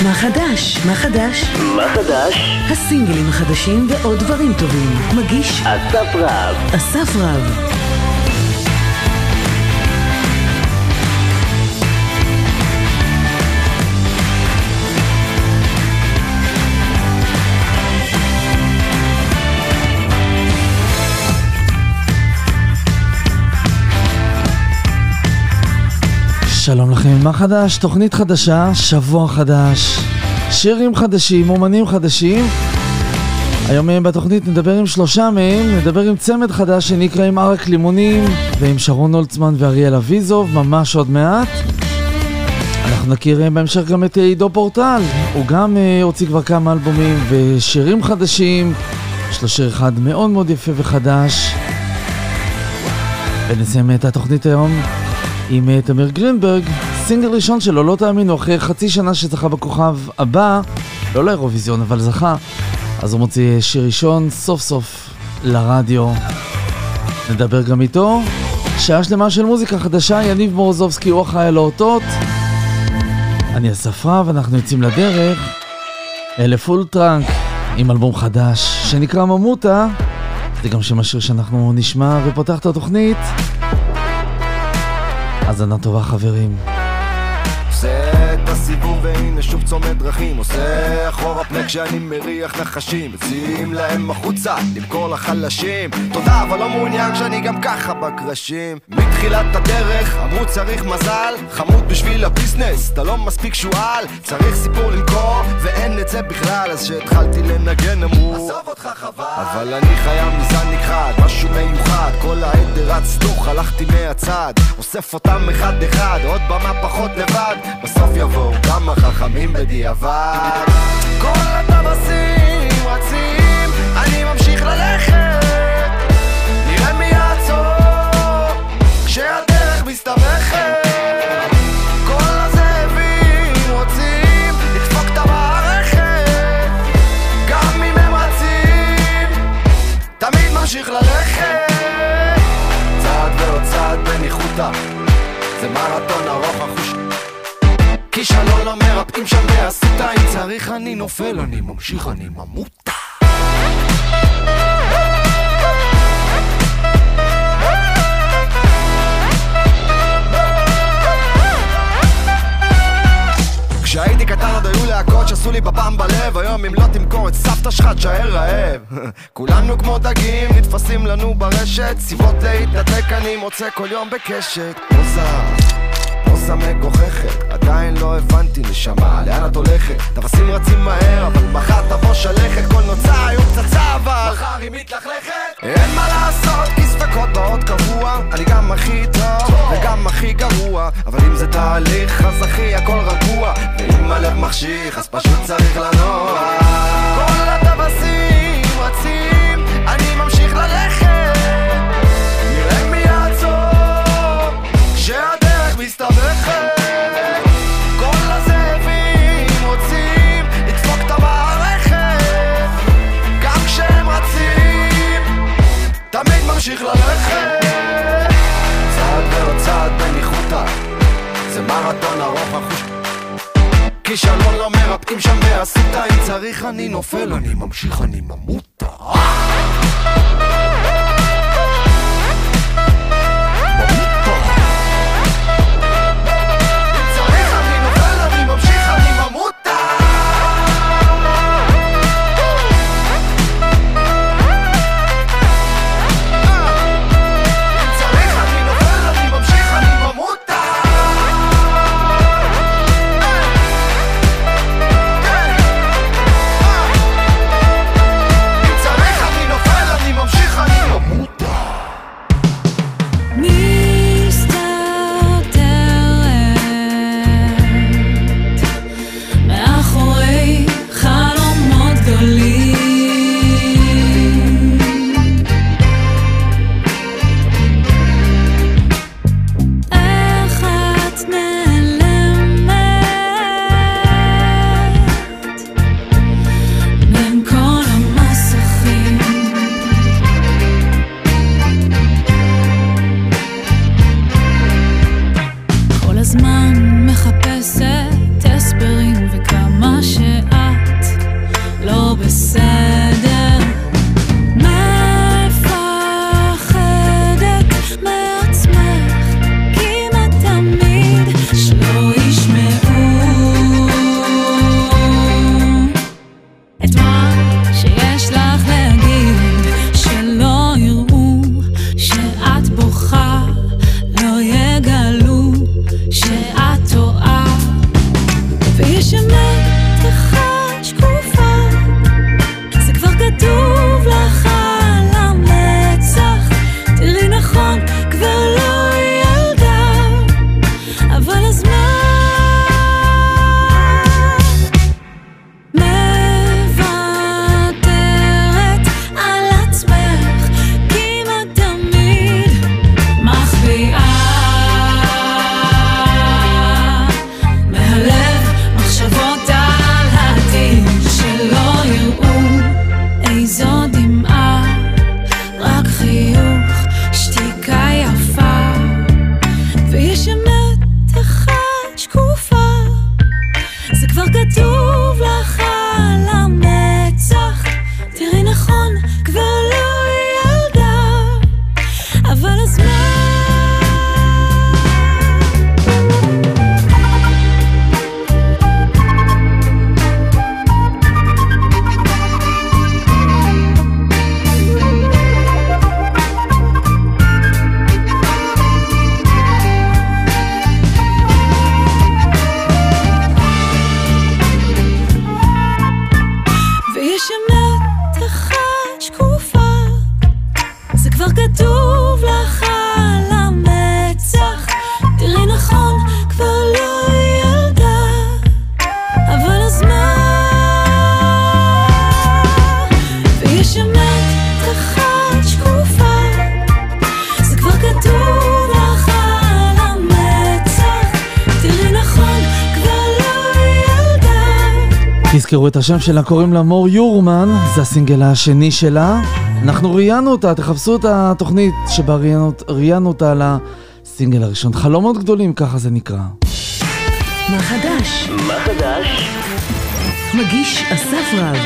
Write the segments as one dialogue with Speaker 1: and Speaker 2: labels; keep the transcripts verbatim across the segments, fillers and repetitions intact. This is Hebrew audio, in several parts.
Speaker 1: מה חדש? מה חדש?
Speaker 2: מה חדש?
Speaker 1: הסינגלים החדשים ועוד דברים טובים. מגיש
Speaker 2: אסף רב.
Speaker 1: אסף רב.
Speaker 3: שלום לכם, מה חדש? תוכנית חדשה, שבוע חדש, שירים חדשים, אומנים חדשים. היום בתוכנית נדבר עם שלושה מהם, נדבר עם צמד חדש שנקרא עם ארק לימונים ועם שרון הולצמן ואריאל אביזוב, ממש עוד מעט. אנחנו נכיר בהמשך גם את עידו פורטל, הוא גם הוציא כבר כמה אלבומים ושירים חדשים, יש לו שיר אחד מאוד מאוד יפה וחדש. ונסיים את התוכנית היום עם תמיר גרינברג, סינגל ראשון שלו, לא תאמינו, אחרי חצי שנה שזכה בכוכב הבא, לא לאירוויזיון אבל זכה, אז הוא מוציא שיר ראשון סוף סוף לרדיו. נדבר גם איתו, שעה שלמה של מוזיקה חדשה, יניב מורוזובסקי הוא אחראי על האותות. אני אסף רב, אנחנו יוצאים לדרך אלה פול טראנק עם אלבום חדש שנקרא ממוטה, זה גם שם השיר שאנחנו נשמע ופותח את התוכנית. האזנה טובה חברים.
Speaker 4: עושה את הסיבוב והנה שוב צומת דרכים, עושה אחורה פנה כשאני מריח נחשים, מציעים להם החוצה למכור לחלשים, תודה אבל לא מעוניין כשאני גם ככה בקרשים. מתחילת הדרך אמרו צריך מזל, חמוד בשביל הביזנס אתה לא מספיק שואל, צריך סיפור למכור ואין את זה בכלל, אז שהתחלתי לנגן אמרו עזוב אותך חבל, אבל אני חייב מזן נכחד, משהו מיוחד, כל העדר רץ דוח, הלכתי מהצד, אוסף אותם אחד אחד, עוד במה פחות לבד, בסוף יבואו כמה חכמים בדיעבד. כל הטבסים רצים, אני ממשיך ללכת, נראה מי יעצור כשהדרך מסתבכת. כל הזאבים רוצים לדפוק את המערכת, גם אם הם רצים תמיד ממשיך ללכת. צעד ועוד צעד בניחותה, זה מרתון ארוך החוש, כישלון לא מרפאים שם בעשיתה, אם צריך אני נופל, אני ממשיך, אני ממותה. כשהייתי קטן עוד היו להקות שעשו לי בפעם בלב, היום אם לא תמכור את סבתא שלך תשאר רעב. כולנו כמו דגים נתפסים לנו ברשת, סיבות להתנתק אני מוצא כל יום בקשת. עושה עושה מגוחכת, עדיין לא הבנתי נשמה, לאן את הולכת? תפסים רצים מהר, אבל מחר תבוא שלכת, כל נוצה היו פצצה, אבל מחר היא מתלכלכת. אין מה לעשות, כי ספקות באות קבוע, אני גם הכי טוב וגם הכי גרוע, אבל אם זה תהליך אז אחי הכל רגוע, ואם הלב מחשיך אז פשוט צריך לנוע. כל הטבסים רצים, אני ממשיך ללכת, נראה מי יעצור כשהדרך מסתבכת. כל הזאבים רוצים לדפוק את המערכת, גם כשהם רצים תמיד ממשיך ללכת. צעד ועוד צעד בניחותה, זה מרתון ארוך החוש, כישלון לא מרפאים שם בעשיתה, אם צריך אני נופל, אני ממשיך, אני ממותה.
Speaker 5: הזמן מחפשת הסברים וכמה
Speaker 3: תזכרו את השם שלה, קוראים לה מור יורמן, זה הסינגל השני שלה. אנחנו ראיינו אותה, תחפשו את התוכנית שבה ראיינו, ראיינו אותה על הסינגל הראשון. חלומות גדולים, ככה זה נקרא.
Speaker 1: מה חדש?
Speaker 2: מה חדש?
Speaker 1: מגיש אסף רב.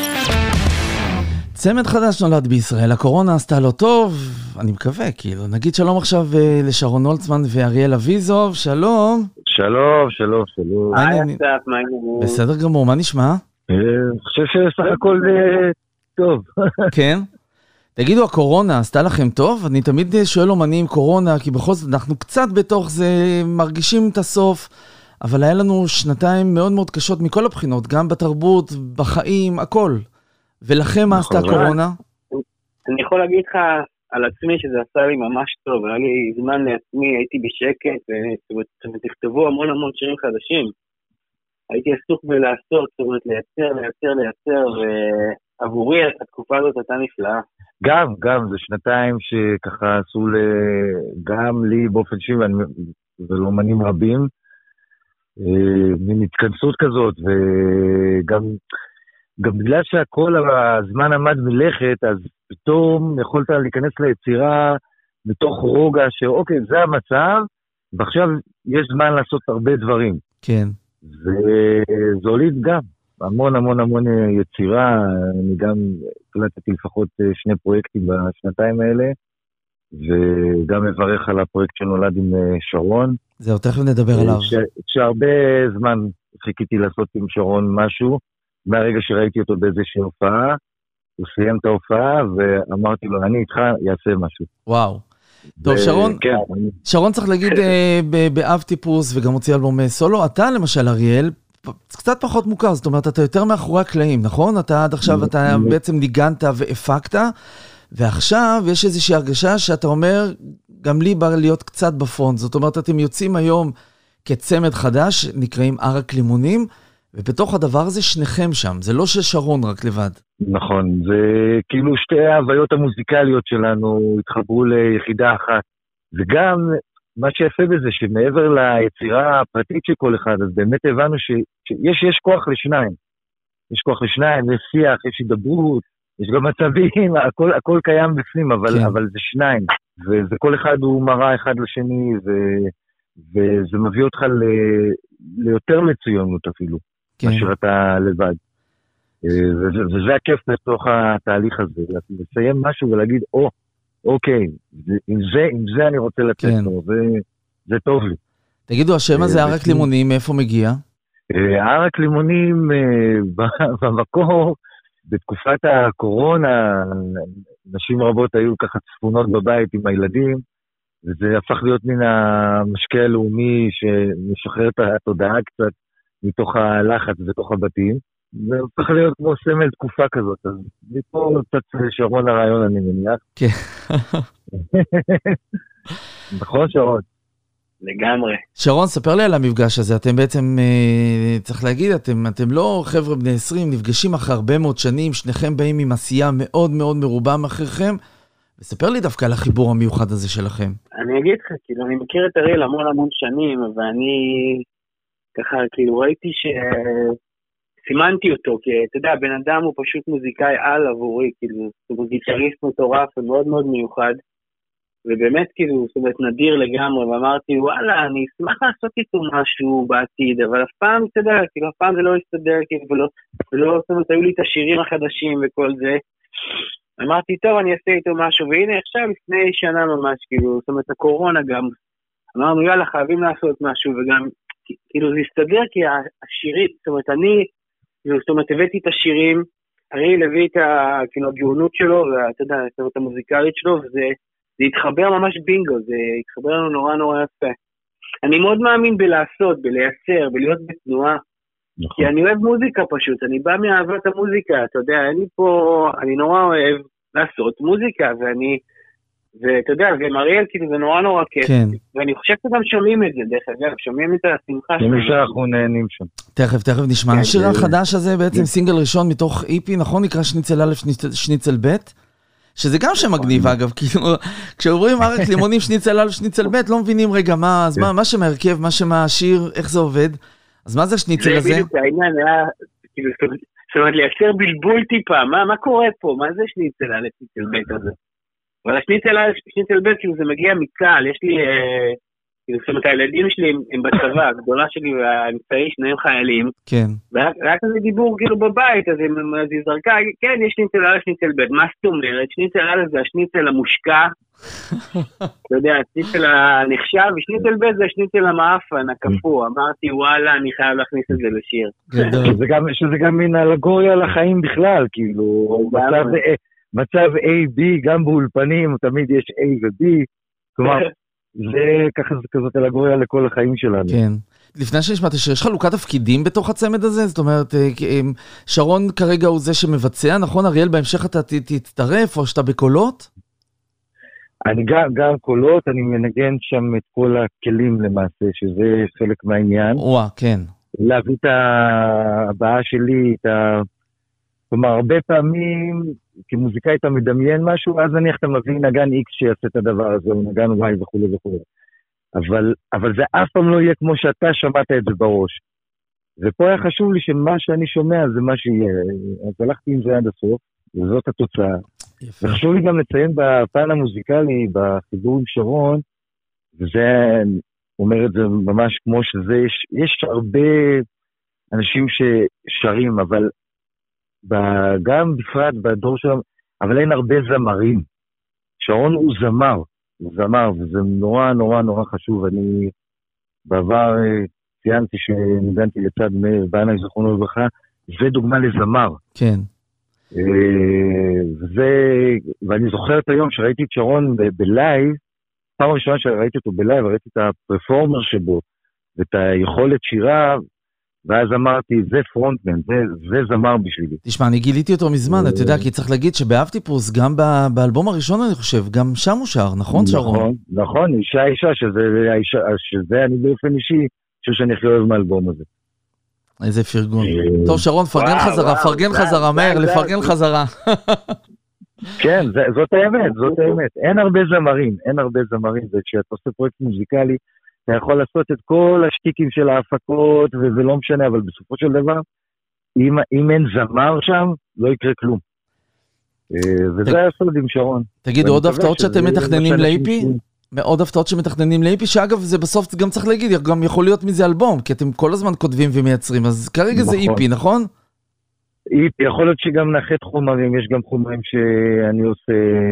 Speaker 3: צמד חדש נולד בישראל, הקורונה עשתה לו טוב, אני מקווה, כאילו. נגיד שלום עכשיו לשרון הולצמן ואריאל אביזוב, שלום.
Speaker 5: שלום, שלום, שלום.
Speaker 6: היי אסף, מה העניינים?
Speaker 3: בסדר גמור, מה נשמע?
Speaker 5: אני חושב שסך הכל טוב.
Speaker 3: כן? תגידו, הקורונה עשתה לכם טוב? אני תמיד שואל אומנים קורונה, כי בכל זאת אנחנו קצת בתוך זה, מרגישים את הסוף, אבל היה לנו שנתיים מאוד מאוד קשות מכל הבחינות, גם בתרבות, בחיים, הכל. ולכם מה עשתה הקורונה?
Speaker 6: אני יכול להגיד לך על עצמי שזה עשה לי ממש טוב, היה לי זמן לעצמי, הייתי בשקט, ותכתבו המון המון שירים חדשים. הייתי עסוק בלעשות, זאת אומרת, לייצר, לייצר, לייצר, ועבורי התקופה הזאת הייתה נפלאה.
Speaker 5: גם, גם, זה שנתיים שככה עשו גם לי באופן שימי, ולאומנים רבים, מין התכנסות כזאת, וגם גם בגלל שהכל הזמן עמד מלכת, אז פתאום יכולת להיכנס ליצירה בתוך רוגע שאוקיי, זה המצב, ועכשיו יש זמן לעשות הרבה דברים.
Speaker 3: כן.
Speaker 5: וזה הוליד גם המון המון המון יצירה, אני גם קלטתי לפחות שני פרויקטים בשנתיים האלה, וגם מברך על הפרויקט שנולד עם שרון.
Speaker 3: זהו, תכף נדבר עליו.
Speaker 5: ש, שהרבה זמן חיכיתי לעשות עם שרון משהו, מהרגע שראיתי אותו באיזושהי הופעה, הוא סיים את ההופעה, ואמרתי לו, אני איתך, יעשה משהו.
Speaker 3: וואו. טוב, שרון,
Speaker 5: כן,
Speaker 3: שרון צריך להגיד באב טיפוס, וגם הוציא אלבום סולו, אתה למשל, אריאל, קצת פחות מוכר, זאת אומרת, אתה יותר מאחורי הקלעים, נכון? אתה עד עכשיו, אתה בעצם ניגנת והפקת, ועכשיו יש איזושהי הרגשה שאתה אומר, גם לי בא להיות קצת בפרונט, זאת אומרת, אתם יוצאים היום כצמד חדש, נקראים ערק לימונים, ובתוך הדבר הזה שניכם שם, זה לא ששרון רק לבד.
Speaker 5: נכון, זה כאילו שתי ההוויות המוזיקליות שלנו התחברו ליחידה אחת. וגם מה שיפה בזה, שמעבר ליצירה הפרטית של כל אחד, אז באמת הבנו ש, שיש יש כוח לשניים. יש כוח לשניים, יש שיח, יש הידברות, יש גם מצבים, הכל, הכל קיים בפנים, אבל, כן. אבל זה שניים. וזה כל אחד הוא מראה אחד לשני, ו, וזה מביא אותך ל, ליותר מצוינות אפילו. כן. מאשר אתה לבד. וזה הכיף בתוך התהליך הזה, לסיים משהו ולהגיד, או, אוקיי, עם זה, עם זה אני רוצה לצאת לו, זה טוב לי.
Speaker 3: תגידו, השם הזה, ערק לימונים, מאיפה מגיע?
Speaker 5: ערק לימונים במקור, בתקופת הקורונה, נשים רבות היו ככה צפונות בבית עם הילדים, וזה הפך להיות מן המשקע הלאומי שמשחרר את התודעה קצת, מתוך הלחץ ותוך הבתים, זה הופך להיות כמו סמל תקופה כזאת, אז מפה קצת שרון הרעיון אני מניח.
Speaker 3: כן.
Speaker 5: נכון שרון?
Speaker 6: לגמרי.
Speaker 3: שרון, ספר לי על המפגש הזה, אתם בעצם, צריך להגיד, אתם, אתם לא חבר'ה בני עשרים, נפגשים אחרי הרבה מאוד שנים, שניכם באים עם עשייה מאוד מאוד מרובה מאחריכם, וספר לי דווקא על החיבור המיוחד הזה שלכם.
Speaker 6: אני אגיד לך, כאילו, אני מכיר את אריאל המון המון שנים, ואני ככה, כאילו, ראיתי שסימנתי אותו, כי אתה יודע, בן אדם הוא פשוט מוזיקאי על עבורי, כאילו, הוא גיטריסט מטורף ומאוד מאוד מיוחד, ובאמת, כאילו, זאת אומרת, נדיר לגמרי, ואמרתי, וואלה, אני אשמח לעשות איתו משהו בעתיד, אבל אף פעם, אתה יודע, כאילו, אף פעם זה לא יסתדר, כאילו, ולא, ולא, זאת אומרת, היו לי את השירים החדשים וכל זה, אמרתי, טוב, אני אעשה איתו משהו, והנה, עכשיו, לפני שנה ממש, כאילו, זאת אומרת, הקורונה גם, אמרנו, יאללה, חייבים לעשות משהו, וגם, כאילו, זה יסתדר, כי השירים, זאת אומרת, אני, זאת אומרת, הבאתי את השירים, הרי הביא את ה, כאילו, הגאונות שלו, ואתה יודע, זאת אומרת, המוזיקלית שלו, וזה, זה התחבר ממש בינגו, זה התחבר לנו נורא נורא יפה. אני מאוד מאמין בלעשות, בלייצר, בלהיות בתנועה, נכון. כי אני אוהב מוזיקה פשוט, אני בא מאהבת המוזיקה, אתה יודע, אני פה, אני נורא אוהב לעשות מוזיקה, ואני, ואתה יודע, ומריאל, כאילו, זה נורא נורא כיף,
Speaker 3: כן.
Speaker 6: ואני חושב שגם שומעים את זה, דרך אגב, שומעים את השמחה
Speaker 5: שלנו. למי שאנחנו נהנים שם.
Speaker 3: תכף, תכף נשמע. כן, השיר החדש הזה בעצם סינגל ראשון מתוך איפי, נכון? נקרא שניצל א' שניצל ב', שזה גם שם מגניב, אגב, כאילו, כשעוברים ערק לימונים שניצל א' שניצל ב', לא מבינים רגע מה, אז מה, מה שמהרכב, מה שמהשיר, איך זה עובד, אז מה זה השניצל הזה?
Speaker 6: זה בדיוק העניין, כאילו, זאת אומרת, לייצר בלבול טיפה, מה, מה קורה פה? מה זה שניצל א', שניצל ב' הזה? אבל השניצל א', שניצל ב', כאילו, זה מגיע מצה"ל, יש לי, אה, כאילו, זאת אומרת, הילדים שלי הם, הם בצבא, הגדולה שלי והאמצעי, שניהם חיילים.
Speaker 3: כן.
Speaker 6: ורק כזה דיבור, כאילו, בבית, אז היא זרקה, כן, יש שניצל א', שניצל ב', מה זאת אומרת? שניצל א' זה השניצל המושקע, אתה יודע, השניצל הנחשב, ושניצל ב' זה השניצל המאפן, הקפוא. אמרתי, וואלה, אני חייב להכניס את זה לשיר.
Speaker 5: שזה גם מין אלגוריה לחיים בכלל, כאילו, מצב A, B, גם באולפנים, תמיד יש A ו-B, כלומר, זה ככה, זה כזאת אלגוריה לכל החיים שלנו.
Speaker 3: כן. לפני שנשמע את השיר, יש חלוקת תפקידים בתוך הצמד הזה? זאת אומרת, שרון כרגע הוא זה שמבצע, נכון? אריאל, בהמשך אתה תתטרף, או שאתה בקולות?
Speaker 5: אני גם, גם קולות, אני מנגן שם את כל הכלים למעשה, שזה חלק מהעניין.
Speaker 3: וואה, כן.
Speaker 5: להביא את הבאה שלי, את ה... כלומר, הרבה פעמים, כמוזיקאי אתה מדמיין משהו, אז נניח אתה מביא נגן X שיעשה את הדבר הזה, או נגן Y וכו' וכו'. אבל, אבל זה אף פעם לא יהיה כמו שאתה שמעת את זה בראש. ופה היה חשוב לי שמה שאני שומע זה מה שיהיה. אז הלכתי עם זה עד הסוף, וזאת התוצאה. יפה. וחשוב לי גם לציין בפן המוזיקלי, בחיבור עם שרון, וזה אומר את זה ממש כמו שזה, יש, יש הרבה אנשים ששרים, אבל גם בפרט בדור שלנו, אבל אין הרבה זמרים. שרון הוא זמר, הוא זמר, וזה נורא נורא נורא חשוב. אני בעבר ציינתי שנגנתי לצד מאיר בעיניי זכרונו לברכה, זה דוגמה לזמר.
Speaker 3: כן.
Speaker 5: וזה, ואני זוכר את היום שראיתי את שרון בלייב, פעם ראשונה שראיתי אותו בלייב, ראיתי את הפרפורמר שבו, ואת היכולת שירה, ואז אמרתי, זה פרונטמן, זה, זה זמר בשבילי.
Speaker 3: תשמע, אני גיליתי אותו מזמן, אתה יודע, כי צריך להגיד שבאבטיפוס, גם באלבום הראשון, אני חושב, גם שם הוא שר, נכון, שרון?
Speaker 5: נכון, נכון, אישה אישה, שזה, שזה אני באופן אישי, שאני הכי אוהב מהאלבום הזה.
Speaker 3: איזה פרגון. טוב, שרון, פרגן חזרה, פרגן חזרה, מהר, לפרגן חזרה.
Speaker 5: כן, זאת האמת, זאת האמת. אין הרבה זמרים, אין הרבה זמרים, וכשאתה עושה פרויקט מוזיקלי, אתה יכול לעשות את כל השטיקים של ההפקות, וזה לא משנה, אבל בסופו של דבר, אם, אם אין זמר שם, לא יקרה כלום. וזה היה סוד עם שרון.
Speaker 3: תגידו, עוד הפתעות שאתם מתכננים לאיפי? מאוד הפתעות שמתכננים לאיפי, שאגב, זה בסוף גם צריך להגיד, גם יכול להיות מזה אלבום, כי אתם כל הזמן כותבים ומייצרים, אז כרגע זה איפי, נכון?
Speaker 5: איפי, יכול להיות שגם נחת חומרים, יש גם חומרים שאני עושה...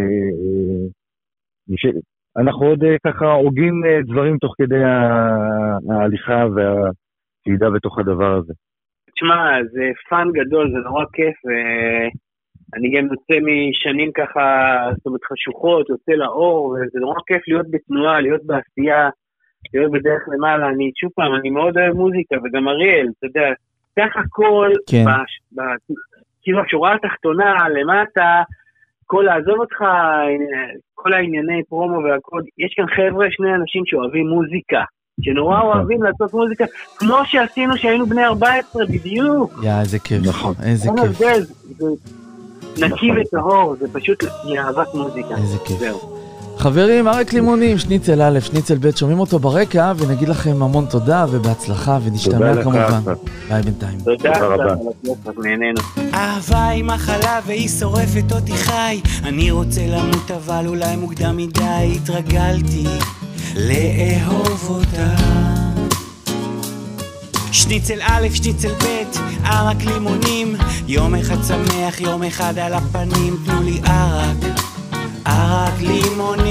Speaker 5: אנחנו עוד ככה הוגים דברים תוך כדי ההליכה והצעידה בתוך הדבר הזה.
Speaker 6: תשמע, זה פן גדול, זה נורא כיף, ואני גם יוצא משנים ככה, זאת אומרת חשוכות, יוצא לאור, וזה נורא כיף להיות בתנועה, להיות בעשייה, להיות בדרך למעלה. אני, שוב פעם, אני מאוד אוהב מוזיקה, וגם אריאל, אתה יודע, כך הכל,
Speaker 3: כן.
Speaker 6: ב, ב, כאילו השורה התחתונה, למטה, כל לעזוב אותך, כל הענייני פרומו והכל, יש כאן חבר'ה, שני אנשים שאוהבים מוזיקה, שנורא אוהבים לעשות מוזיקה, כמו שעשינו שהיינו בני ארבע עשרה בדיוק.
Speaker 3: יא, איזה כיף, איזה כיף.
Speaker 6: זה, זה נקי וטהור, זה פשוט לאהבת מוזיקה.
Speaker 3: איזה כיף. חברים, אריק לימונים, שניצל א', שניצל ב', שומעים אותו ברקע, ונגיד לכם המון תודה ובהצלחה, ונשתמע כמובן. ביי בינתיים.
Speaker 6: תודה רבה. נהנינו.
Speaker 7: אהבה היא מחלה והיא שורפת אותי חי, אני רוצה למות אבל אולי מוקדם מדי, התרגלתי לאהוב אותה. שניצל א', שניצל ב', ארק לימונים, יום אחד שמח, יום אחד על הפנים, תנו לי ארק. ארק לימונים.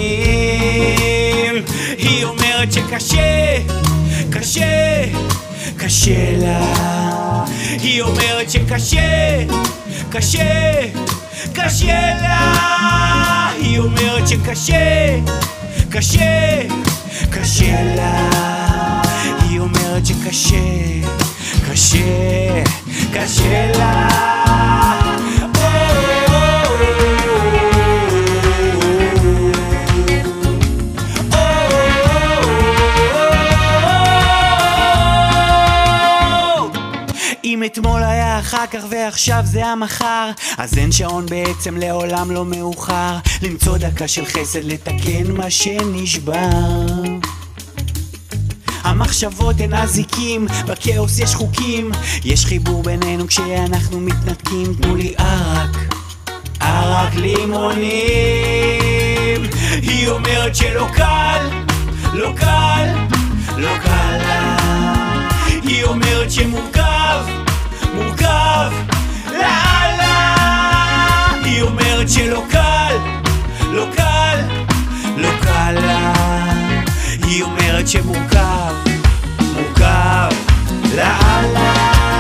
Speaker 7: היא אומרת שקשה, קשה, קשה לה. היא אומרת שקשה, קשה, קשה לה. היא אומרת שקשה, קשה, קשה לה. היא אומרת שקשה, קשה, קשה לה. אם אתמול היה אחר כך ועכשיו זה המחר, אז אין שעון בעצם, לעולם לא מאוחר למצוא דקה של חסד, לתקן מה שנשבר. המחשבות הן אזיקים, בקאוס יש חוקים, יש חיבור בינינו כשאנחנו מתנתקים. תנו לי ערק, ערק לימונים. היא אומרת שלא קל, לא קל, לא קל לה. היא אומרת שמורכב, מורכב, לאללה. היא אומרת שלא קל, לא קל, לא קל לה. היא אומרת שמורכב, מורכב, לאללה.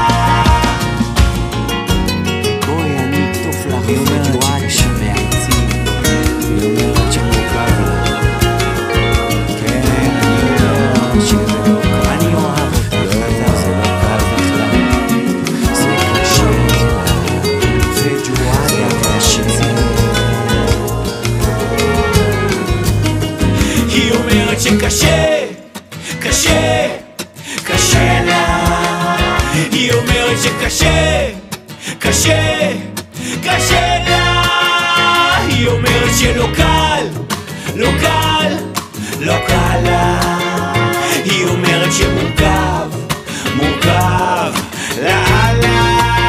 Speaker 7: בואי אני אקטוף לך וג'ואן שמעצים. היא אומרת שמורכב לה. כן, אני אומר שזה לא קל. אני אוהב אותך, אתה זה לא קל בכלל. זה קשה לה, וג'ואן יתרשם. היא אומרת שקשה, קשה, קשה לה. היא אומרת שקשה, קשה, קשה לה. היא אומרת שלא קל, לא קל, לא קל לה. היא אומרת שמורכב, מורכב, לאללה.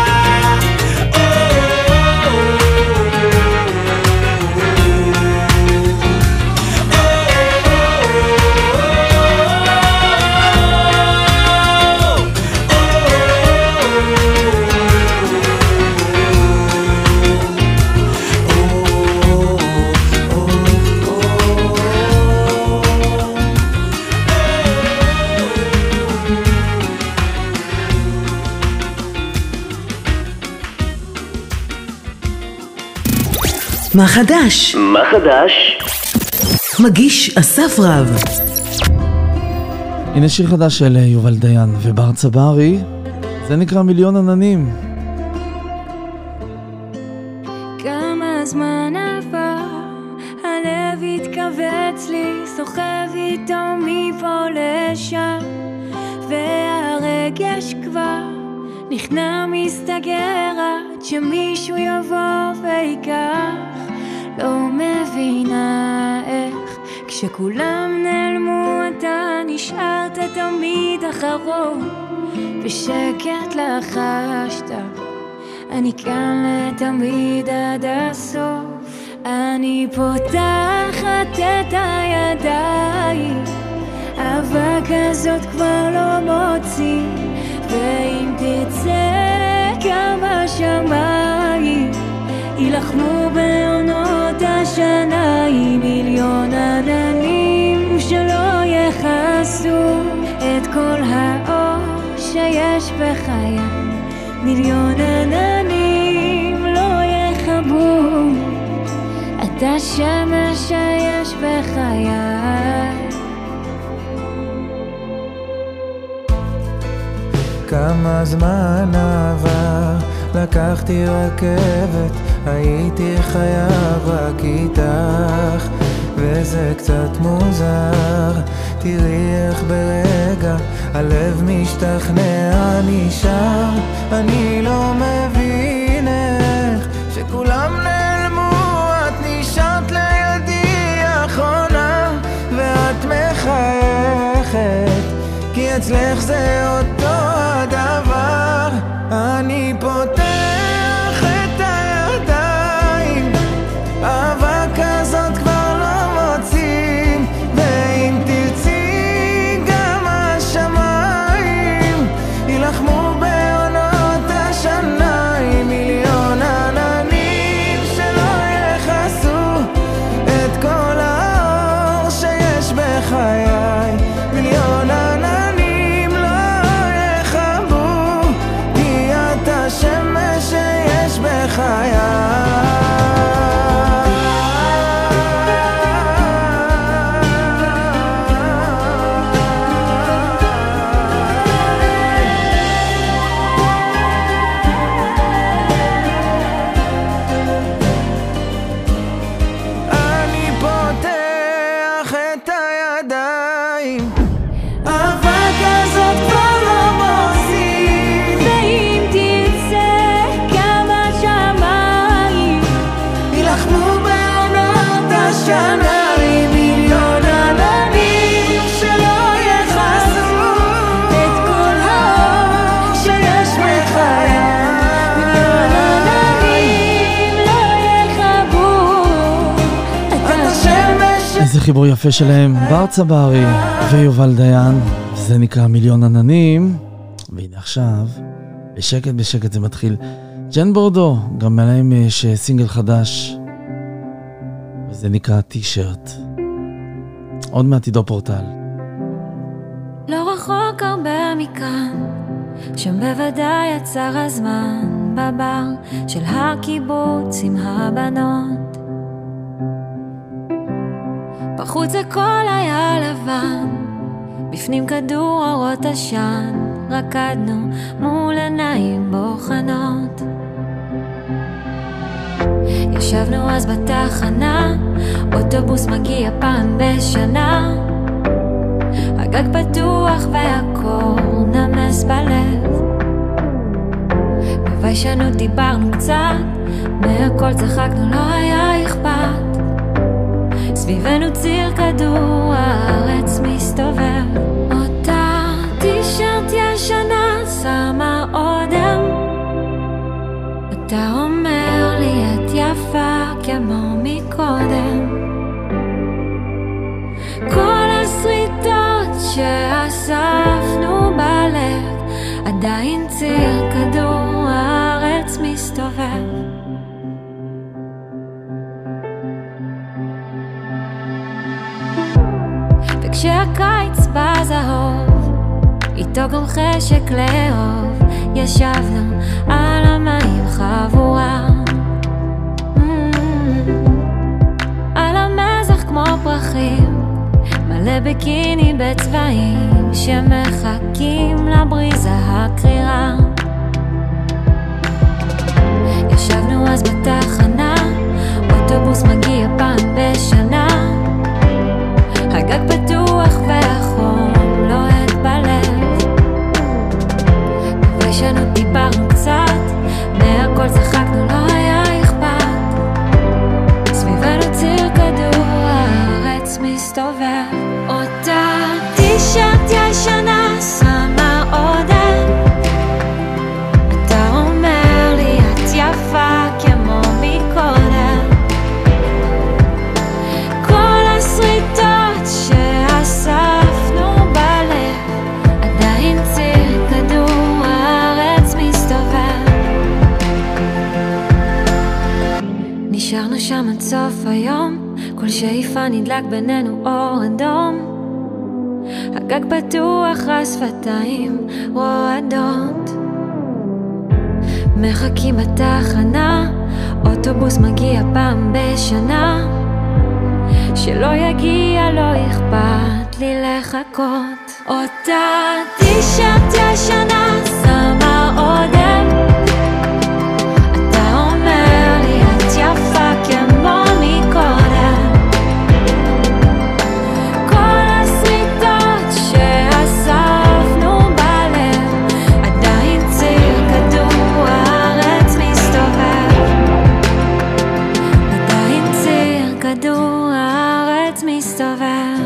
Speaker 1: מה חדש?
Speaker 2: מה חדש?
Speaker 1: מגיש אסף רב.
Speaker 3: הנה שיר חדש של יובל דיין ובר צברי, זה נקרא מיליון עננים.
Speaker 8: כמה זמן עבר, הלב התכווץ לי, סוחב איתו מפה לשם, והרגש כבר נכנע מסתגר עד שמישהו יבוא ויקח. לא מבינה איך כשכולם נעלמו אתה נשארת תמיד אחרון, בשקט לחשת אני כאן לתמיד עד הסוף. אני פותחת את הידיים, אהבה כזאת כבר לא מוציא, ואם תצא כמה שמיים ילחמו בעונות השנה עם מיליון עננים שלא יחסו את כל האור שיש בחיי. מיליון עננים לא יחבו אתה שמש שיש בחיי.
Speaker 9: כמה זמן עבר, לקחתי רכבת, הייתי חייב רק איתך, וזה קצת מוזר, תראי איך ברגע הלב משתכנע נשאר. אני לא מבין איך שכולם נעלמו, את נשארת לידי אחרונה, ואת מחייכת כי אצלך זה אותו הדבר. אני פותח את הידיים, אהבה כזאת כבר לא מוצאים, ואם תרצי גם השמיים ילחמו בעונות השנה עם מיליון עננים שלא יחסו את כל האור שיש בחיי. מיליון עננים שמש
Speaker 3: חיבור יפה שלהם, בר צברי ויובל דיין, זה נקרא מיליון עננים. והנה עכשיו, בשקט בשקט זה מתחיל. ג'ן בורדו, גם עליהם יש סינגל חדש, וזה נקרא טי-שירט. עוד מעתידו פורטל.
Speaker 8: לא רחוק הרבה מכאן, שם בוודאי יצר הזמן, בבר של הקיבוץ עם הבנות. בחוץ הכל היה לבן, בפנים כדור אורות עשן, רקדנו מול עיניים בוחנות. ישבנו אז בתחנה, אוטובוס מגיע פעם בשנה, הגג פתוח והקור נמס בלב. בביישנות דיברנו קצת, מהכל צחקנו, לא היה אכפת. סביבנו ציר כדור הארץ מסתובב. אותה טישרט ישנה שמה אודם, אתה אומר לי את יפה כמו מקודם. כל הסריטות שאספנו בלב, עדיין ציר כדור הארץ מסתובב. וכשהקיץ בזהוב, איתו גם חשק לאהוב, ישבנו על המים חבורה, על המזח כמו פרחים, מלא בקיני בצבעים שמחכים לבריזה הקרירה. ישבנו אז בתחנה, אוטובוס מגיע פעם בשנה, הגג פתוח והחום לוהט בלב. בביישנות דיברנו קצת, מהכל צחקנו, לא היה אכפת. סביבנו ציר כדור הארץ מסתובב. אותה טישרט ישנה שמה אודם, אתה אומר לי את יפה כמו מקודם. כל הסריטות שאספנו בלב, עדיין ציר כדור הארץ מסתובב. נשארנו שם עד סוף היום, כל שאיפה נדלק בינינו אור אדום, הגג פתוח השפתיים רועדות. מחכים בתחנה, אוטובוס מגיע פעם בשנה, שלא יגיע לא אכפת לי לחכות. אותה טישרט ישנה שמה אודם, אתה אומר לי את יפה כמו מקודם. כל הסריטות שאספנו בלב, עדיין ציר כדור הארץ מסתובב, עדיין ציר כדור הארץ מסתובב.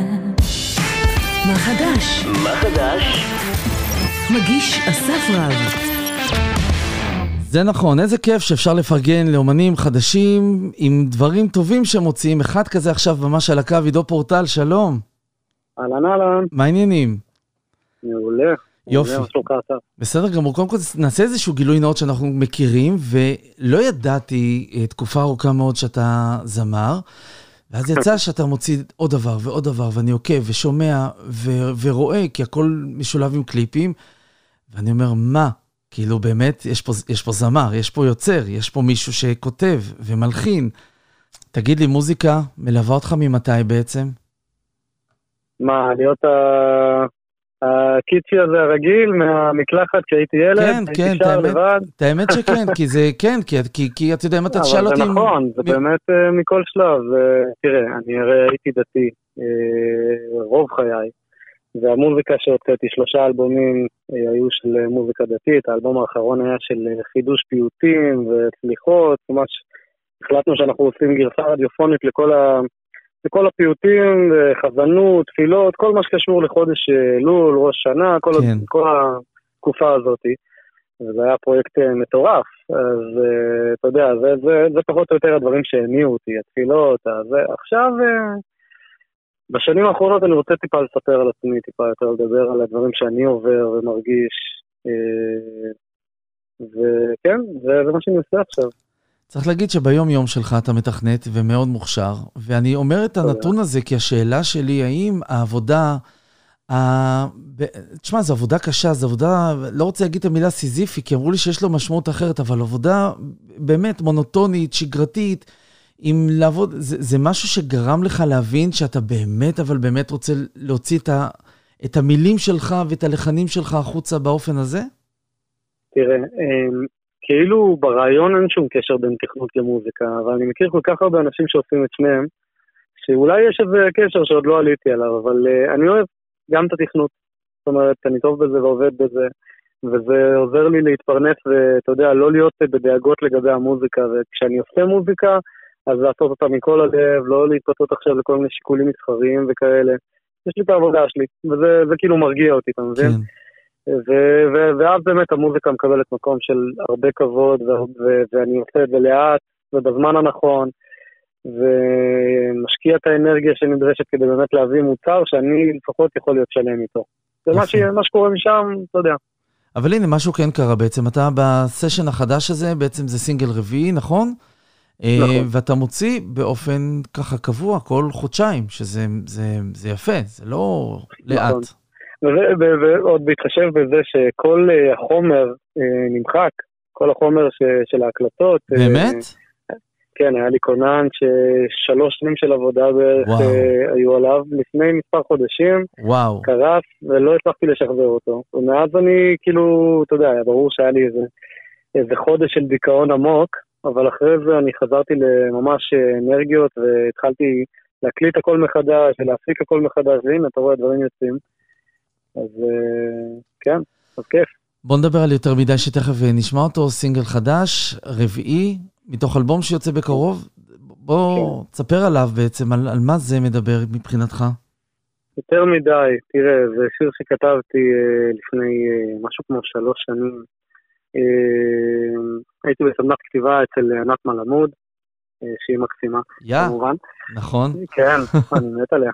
Speaker 1: מה חדש?
Speaker 2: מה חדש?
Speaker 1: מגיש אסף רב.
Speaker 3: זה נכון, איזה כיף שאפשר לפרגן לאומנים חדשים עם דברים טובים שמוציאים. אחד כזה עכשיו ממש על הקו, עידו פורטל, שלום.
Speaker 6: אהלן אהלן.
Speaker 3: מה העניינים?
Speaker 6: מעולה.
Speaker 3: יופי. בסדר גמור, קודם כל נעשה איזשהו גילוי נאות שאנחנו מכירים, ולא ידעתי תקופה ארוכה מאוד שאתה זמר, ואז יצא שאתה מוציא עוד דבר ועוד דבר, ואני עוקב ושומע ו- ורואה, כי הכל משולב עם קליפים, ואני אומר, מה? כאילו באמת, יש פה, יש פה זמר, יש פה יוצר, יש פה מישהו שכותב ומלחין. תגיד לי, מוזיקה מלווה אותך ממתי בעצם?
Speaker 6: מה, להיות ה... הקיצ'י הזה הרגיל מהמקלחת כשהייתי ילד?
Speaker 3: כן, כן, את האמת, את האמת שכן, כי זה, כן, כי, כי, כי אתה יודע, אם אתה תשאל אותי...
Speaker 6: אבל זה נכון, זה באמת מכל שלב. תראה, אני הרי הייתי דתי רוב חיי, והמוזיקה שהוצאתי, שלושה אלבומים היו של מוזיקה דתית, האלבום האחרון היה של חידוש פיוטים וסליחות, ממש החלטנו שאנחנו עושים גרסה רדיופונית לכל ה... לכל הפיוטים, חזנות, תפילות, כל מה שקשור לחודש לול, ראש שנה, כל, כן. כל התקופה הזאת. וזה היה פרויקט מטורף. אז אתה יודע, זה, זה, זה פחות או יותר הדברים שהניעו אותי, התפילות. אז עכשיו, בשנים האחרונות אני רוצה טיפה לספר על עצמי, טיפה יותר לדבר על הדברים שאני עובר ומרגיש, וכן, זה מה שאני עושה עכשיו.
Speaker 3: צריך להגיד שביום יום שלך אתה מתכנת ומאוד מוכשר, ואני אומר את הנתון הזה כי השאלה שלי, האם העבודה, תשמע, זו עבודה קשה, זו עבודה, לא רוצה להגיד את המילה סיזיפי, כי אמרו לי שיש לו משמעות אחרת, אבל עבודה באמת מונוטונית, שגרתית, אם לעבוד, זה, זה משהו שגרם לך להבין שאתה באמת, אבל באמת רוצה להוציא את, ה, את המילים שלך ואת הלחנים שלך החוצה באופן הזה?
Speaker 6: תראה, כאילו ברעיון אין שום קשר בין תכנות למוזיקה, אבל אני מכיר כל כך הרבה אנשים שעושים את שניהם, שאולי יש איזה קשר שעוד לא עליתי עליו, אבל אני אוהב גם את התכנות. זאת אומרת, אני טוב בזה ועובד בזה, וזה עוזר לי להתפרנס, ואתה יודע, לא להיות בדאגות לגבי המוזיקה, וכשאני עושה מוזיקה, אז לעשות אותה מכל הלב, לא להתפתות עכשיו לכל מיני שיקולים מסחריים וכאלה. יש לי את העבודה שלי, וזה זה כאילו מרגיע אותי, אתה מבין? ו- ו- ואז באמת המוזיקה מקבלת מקום של הרבה כבוד, ו- ו- ואני עושה את זה לאט, ובזמן הנכון, ומשקיע את האנרגיה שנדרשת כדי באמת להביא מוצר, שאני לפחות יכול להיות שלם איתו. זה מה, ש- מה שקורה משם, אתה יודע.
Speaker 3: אבל הנה, משהו כן קרה בעצם. אתה בסשן החדש הזה, בעצם זה סינגל רביעי, נכון? נכון. ואתה מוציא באופן ככה קבוע כל חודשיים, שזה זה, זה יפה, זה לא לאט.
Speaker 6: נכון. ועוד בהתחשב בזה שכל החומר נמחק, כל החומר של ההקלטות.
Speaker 3: באמת?
Speaker 6: כן, היה לי קונן ששלוש שנים של עבודה בערך היו עליו, לפני מספר חודשים,
Speaker 3: וואו.
Speaker 6: קרס, ולא הצלחתי לשחזר אותו. ומאז אני כאילו, אתה יודע, היה ברור שהיה לי איזה, איזה חודש של דיכאון עמוק, אבל אחרי זה אני חזרתי לממש אנרגיות, והתחלתי להקליט הכל מחדש, ולהפיק הכל מחדש, והנה, אתה רואה, דברים יוצאים. אז כן, אז כיף.
Speaker 3: בוא נדבר על יותר מדי שתכף נשמע אותו, סינגל חדש, רביעי, מתוך אלבום שיוצא בקרוב. בוא כן. תספר עליו בעצם, על, על מה זה מדבר מבחינתך?
Speaker 6: יותר מדי, תראה, זה שיר שכתבתי לפני משהו כמו שלוש שנים. הייתי בסדנת כתיבה אצל ענת מלמוד, שהיא מקסימה,
Speaker 3: yeah,
Speaker 6: כמובן.
Speaker 3: נכון.
Speaker 6: כן, אני מת עליה.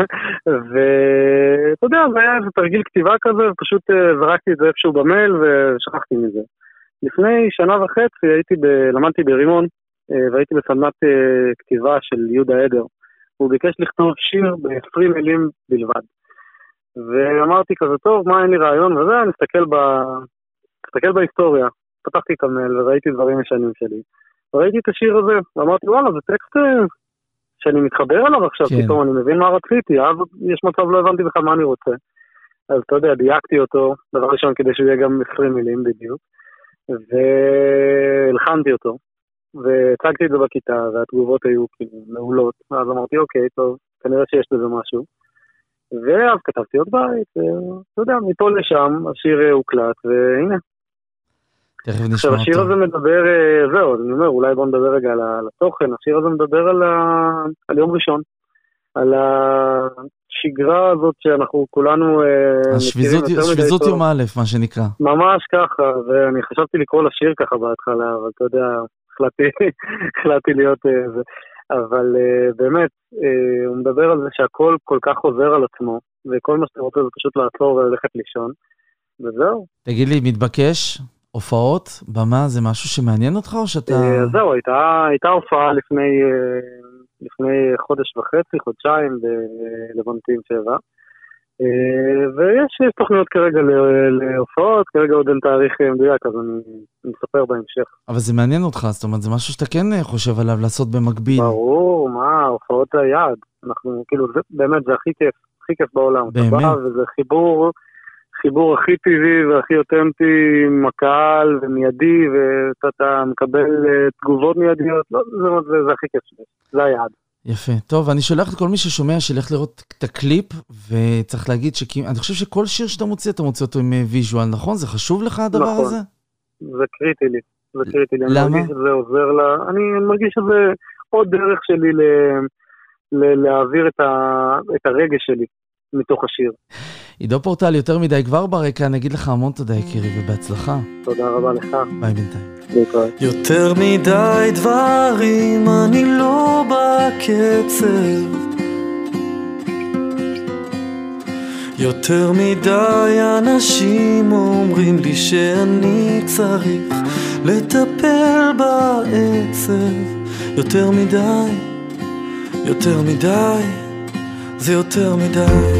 Speaker 6: ואתה יודע, זה היה איזה תרגיל כתיבה כזה, ופשוט זרקתי את זה איפשהו במייל ושכחתי מזה. לפני שנה וחצי הייתי ב... למדתי ברימון, והייתי בסדנת כתיבה של יהודה עדר. הוא ביקש לכתוב שיר ב-עשרים מילים בלבד. ואמרתי כזה, טוב, מה, אין לי רעיון וזה, אני אסתכל ב... אסתכל בהיסטוריה. פתחתי את המייל וראיתי דברים ישנים שלי. וראיתי את השיר הזה, ואמרתי, וואלה, זה טקסט שאני מתחבר עליו עכשיו, כן. פתאום אני מבין מה רציתי, אז יש מצב לא הבנתי בכלל מה אני רוצה. אז אתה יודע, דייקתי אותו, דבר ראשון כדי שהוא יהיה גם עשרים מילים בדיוק, והלחנתי אותו, והצגתי את זה בכיתה, והתגובות היו כאילו מעולות, אז אמרתי, אוקיי, טוב, כנראה שיש לזה משהו. ואז כתבתי עוד בית, ואתה יודע, מפה לשם השיר הוקלט, והנה.
Speaker 3: תכף נשמע
Speaker 6: עכשיו,
Speaker 3: אותו.
Speaker 6: השיר הזה מדבר, זהו, אני אומר, אולי בוא נדבר רגע על התוכן, השיר הזה מדבר על, ה... על יום ראשון, על השגרה הזאת שאנחנו כולנו
Speaker 3: השביזות, שביזות יום א', מה שנקרא.
Speaker 6: ממש ככה, ואני חשבתי לקרוא לשיר ככה בהתחלה, אבל אתה יודע, החלטתי, החלטתי להיות זה. אבל באמת, הוא מדבר על זה שהכל כל כך חוזר על עצמו, וכל מה שאתה רוצה זה פשוט לעצור וללכת לישון, וזהו.
Speaker 3: תגיד לי, מתבקש, הופעות, במה, זה משהו שמעניין אותך או שאתה...
Speaker 6: זהו, הייתה, הייתה הופעה לפני, לפני חודש וחצי, חודשיים, בלבנטין שבע, ויש תוכניות כרגע להופעות, כרגע עוד אין תאריך מדויק, אז אני מספר בהמשך.
Speaker 3: אבל זה מעניין אותך, זאת אומרת, זה משהו שאתה כן חושב עליו לעשות במקביל.
Speaker 6: ברור, מה, הופעות היעד. אנחנו, כאילו, זה, באמת, זה הכי כיף, הכי כיף בעולם.
Speaker 3: באמת?
Speaker 6: וזה חיבור, חיבור הכי טבעי והכי אותנטי עם הקהל ומיידי, ואתה מקבל תגובות מיידיות, לא, זה, זה, זה הכי כיף שלי, זה היעד.
Speaker 3: יפה. טוב, אני שולח את כל מי ששומע שילך לראות את הקליפ, וצריך להגיד שאני חושב שכל שיר שאתה מוציא, אתה מוציא אותו עם ויז'ואל, נכון? זה חשוב לך הדבר
Speaker 6: נכון.
Speaker 3: הזה?
Speaker 6: זה קריטי לי. זה קריטי לי.
Speaker 3: למה?
Speaker 6: אני מרגיש שזה עוזר לה... אני מרגיש שזה עוד דרך שלי ל... ל... להעביר את, ה... את הרגש שלי מתוך השיר.
Speaker 3: עידו פורטל, יותר מדי כבר ברקע, נגיד לך המון תודה יקירי ובהצלחה.
Speaker 6: תודה רבה לך.
Speaker 3: ביי בינתיים.
Speaker 9: יותר מדי דברים, אני לא בקצב, יותר מדי אנשים אומרים לי שאני צריך לטפל בעצב. יותר מדי, יותר מדי, זה יותר מדי.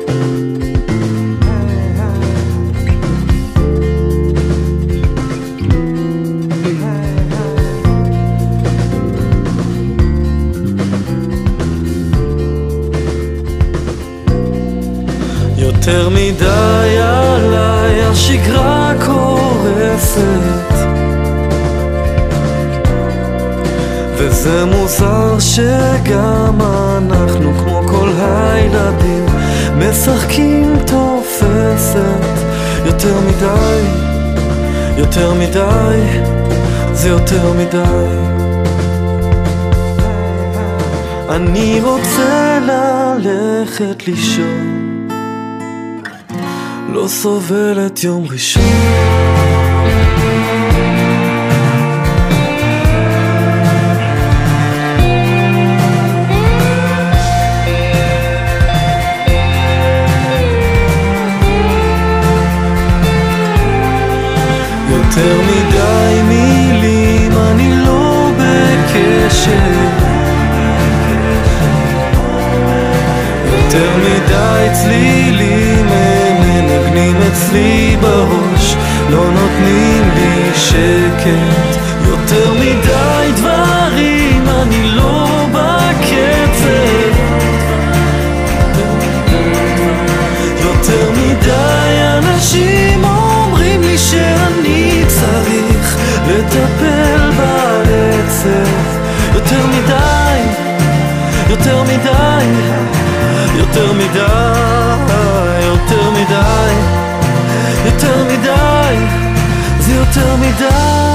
Speaker 9: יותר מדי עליי השגרה קורסת, וזה מוזר שגם אנחנו כמו כל הילדים משחקים תופסת. יותר מדי, יותר מדי, זה יותר מדי. אני רוצה ללכת לישון, לא סובל את יום ראשון. יותר מדי מילים, אני לא בקשר. יותר מדי צלילים מנגנים אצלי בראש, לא נותנים לי שקט. יותר מדי דברים, אני לא בקצב. יותר מדי אנשים אומרים לי שאני צריך לטפל בעצב. יותר מדי, יותר מדי, יותר מדי, יותר מדי, יותר מדי, זה יותר מדי.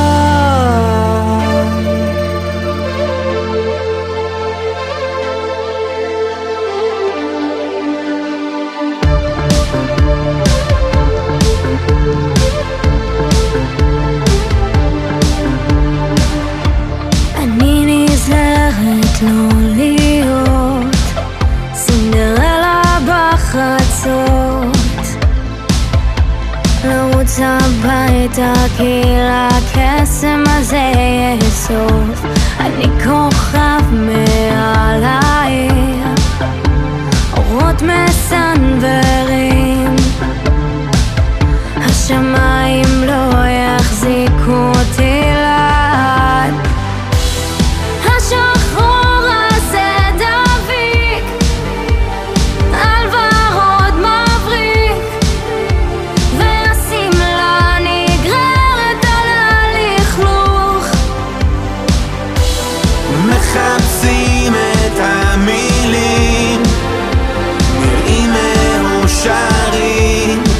Speaker 8: אני נזהרת לא להיות סינדרלה בחצות, לרוץ הביתה כי לקסם הזה יהיה סוף. אני כוכב מעל העיר, אורות מסנברים, השמיים לא יחזיקו אותי לעד. השחור הזה דביק על ורוד מבריק, והשמלה נגררת על הלכלוך.
Speaker 7: מחפשים את המילים, נראים מאושרים,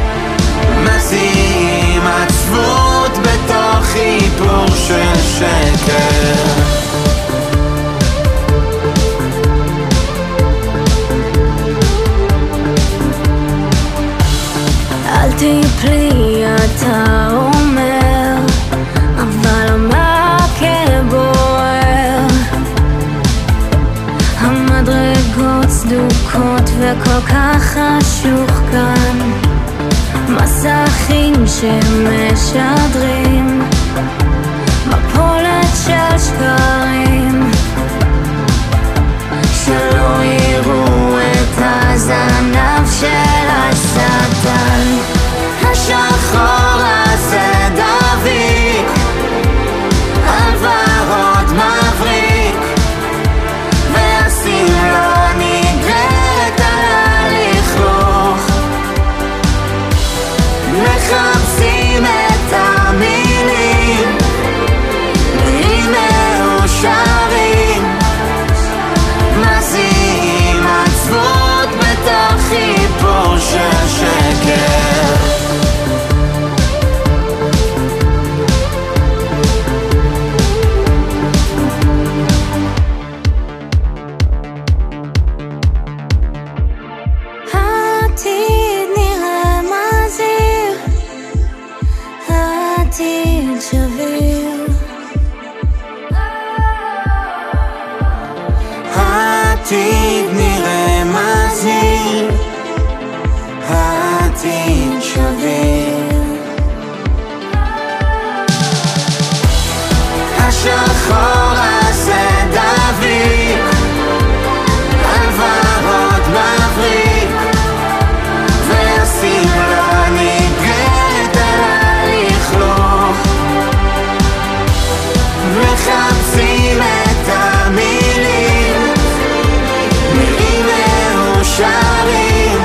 Speaker 7: מציעים עצבות בתוך חיבור של שקר.
Speaker 8: אל תיפלי אתה אומר, אבל המכה בוער. המדרגות סדוקות וכל כך חשוך כאן, מסכים שמשדרים מפולת של שקרים, שלא יראו את הזנב של השטן. השחור הזה דביק על ורוד מבריק, והשמלה נגררת על הלכלוך. מחפשים את המילים, נראים מאושרים, מזיעים עצבות בתוך חיבור
Speaker 7: תמיד שווים. השחור הזה דביק על ורוד מבריק, והשמלה ניגרת עלייך לו, מחפשים את המילים, מילים מאושרים,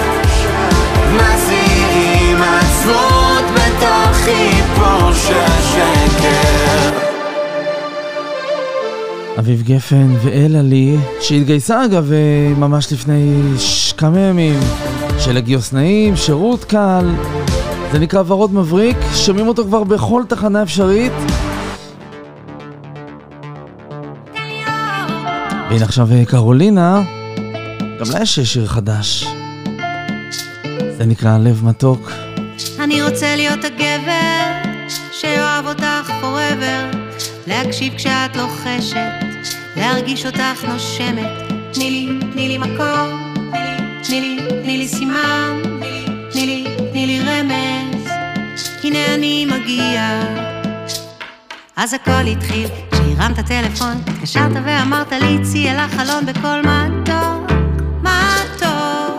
Speaker 7: מזיעים עצבות בתוך חיפור של שקר.
Speaker 3: אביב גפן ואלה לי, שהתגייסה אגב ממש לפני כמה ימים, של הגיוסנאים, שירות קל, זה נקרא ורוד מבריק, שומעים אותו כבר בכל תחנה אפשרית. והנה עכשיו קרולינה, גם לה יש שיר חדש, זה נקרא לב מתוק.
Speaker 10: אני רוצה להיות הגבר שאוהב אותך forever, להקשיב כשאת לוחשת, להרגיש אותך נושמת. תני לי, תני לי מקום, תני לי, תני לי סימן, תני לי, תני לי רמז, הנה אני מגיע. אז הכל התחיל כשהרמת טלפון, התקשרת ואמרת לי צי אל החלון בכל מתוק, מתוק,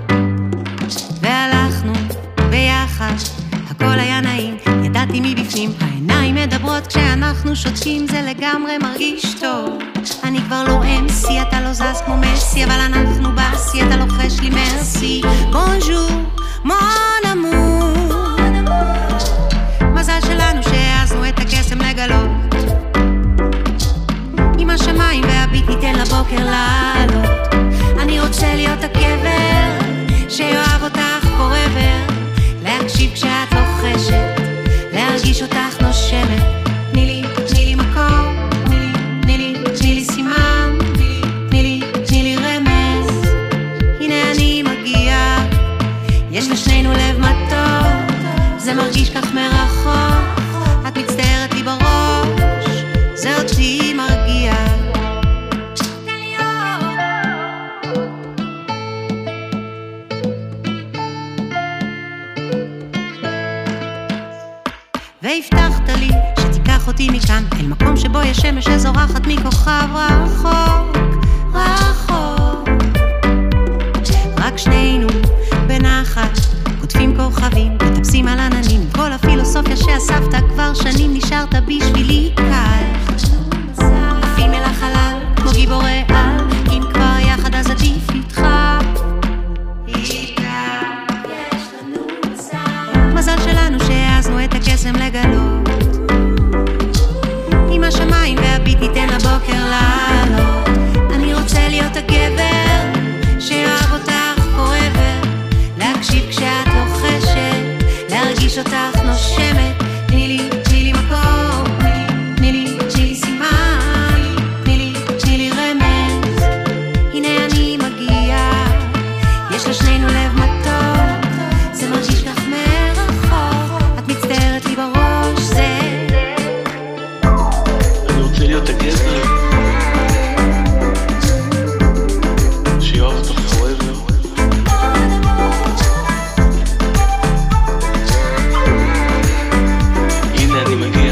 Speaker 10: והלכנו ביחד, הכל היה נעים, ידעתי מבפנים, העיניים מדברות כשאנחנו שותקים, זה לגמרי מרגיש טוב. אני כבר לא אם סי, אתה לא זז כמו מסי, אבל אנחנו בסי, אתה לוחש לי מרסי. בונז'ור, מון אמור, מזל שלנו שהעזנו את הקסם לגלות, עם השמיים והביט ניתן לבוקר לעלות. אני רוצה להיות הגבר שאוהב אותך forever, להקשיב כשאת לוחשת, להרגיש אותך נושמת. תני לי, תני לי מקום, תני לי, תני לי סימן, תני לי, תני לי רמז, הנה אני מגיע. יש לשנינו לב מתוק, זה מרגיש כך מרחוק, את מצטערת לי בראש, זה אותי מרגיע. והבטחת לי שתיקח אותי מכאן אל מקום שבו יש שמש שזורחת מכוכב רחוק, רחוק, רק שנינו בנחת כותבים כוכבים, מטפסים על עננים, כל הפילוסופיה שאספת כבר שנים נשארת בשבילי קל, עפים אל החלל כמו גיבורי על, אם כבר יחד אז עדיף איתך. מזל שלנו שהעזנו את הקסם לגלות, עם השמיים והביט ניתן לבוקר לעלות. אני רוצה להיות הגבר שאוהב אותך forever, להקשיב כשאת לוחשת, להרגיש אותך נושמת. תני לי, תני לי מקום, תני לי, תני לי סימן, תני לי, תני לי רמז, הנה אני מגיע. יש לשנינו לב מתוק, זה מרגיש כך מרחוק, את מצטערת לי בראש, זה
Speaker 11: אני רוצה להיות הגבר שיאהב אותך forever, הנה אני מגיע.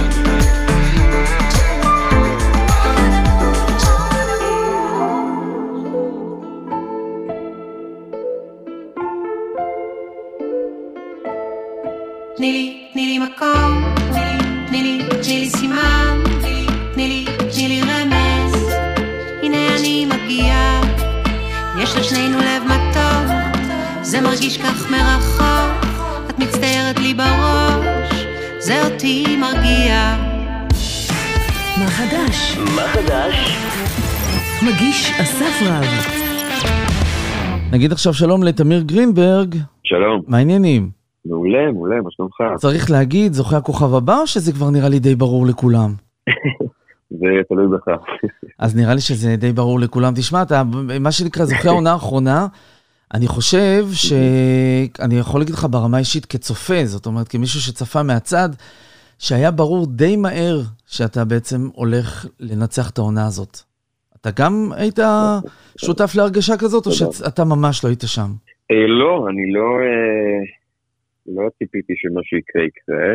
Speaker 10: תני לי, תני לי מקום, תני לי, תני לי סימן, תני לי, תני לי רמז, הנה אני מגיע. יש לשנינו לב מתוק, זה מרגיש כך מרחוק, את מצטערת לי בראש, זה אותי מרגיע.
Speaker 1: מה חדש?
Speaker 2: מה חדש?
Speaker 1: מגיש אסף רב.
Speaker 3: נגיד עכשיו שלום לתמיר גרינברג.
Speaker 12: שלום.
Speaker 3: מה העניינים?
Speaker 12: מעולה, מעולה, מה שלומך?
Speaker 3: צריך להגיד, זוכה הכוכב הבא, או שזה כבר נראה לי די ברור לכולם?
Speaker 12: זה תלוי בך.
Speaker 3: אז נראה לי שזה די ברור לכולם. תשמע, אתה, מה שנקרא זוכה העונה האחרונה, אני חושב שאני יכול להגיד לך ברמה אישית כצופה, זאת אומרת, כמישהו שצפה מהצד, שהיה ברור די מהר שאתה בעצם הולך לנצח את העונה הזאת. אתה גם היית שותף להרגשה כזאת, או שאתה ממש לא היית שם?
Speaker 12: לא, אני לא... לא ציפיתי שמשהו יקרה יקרה.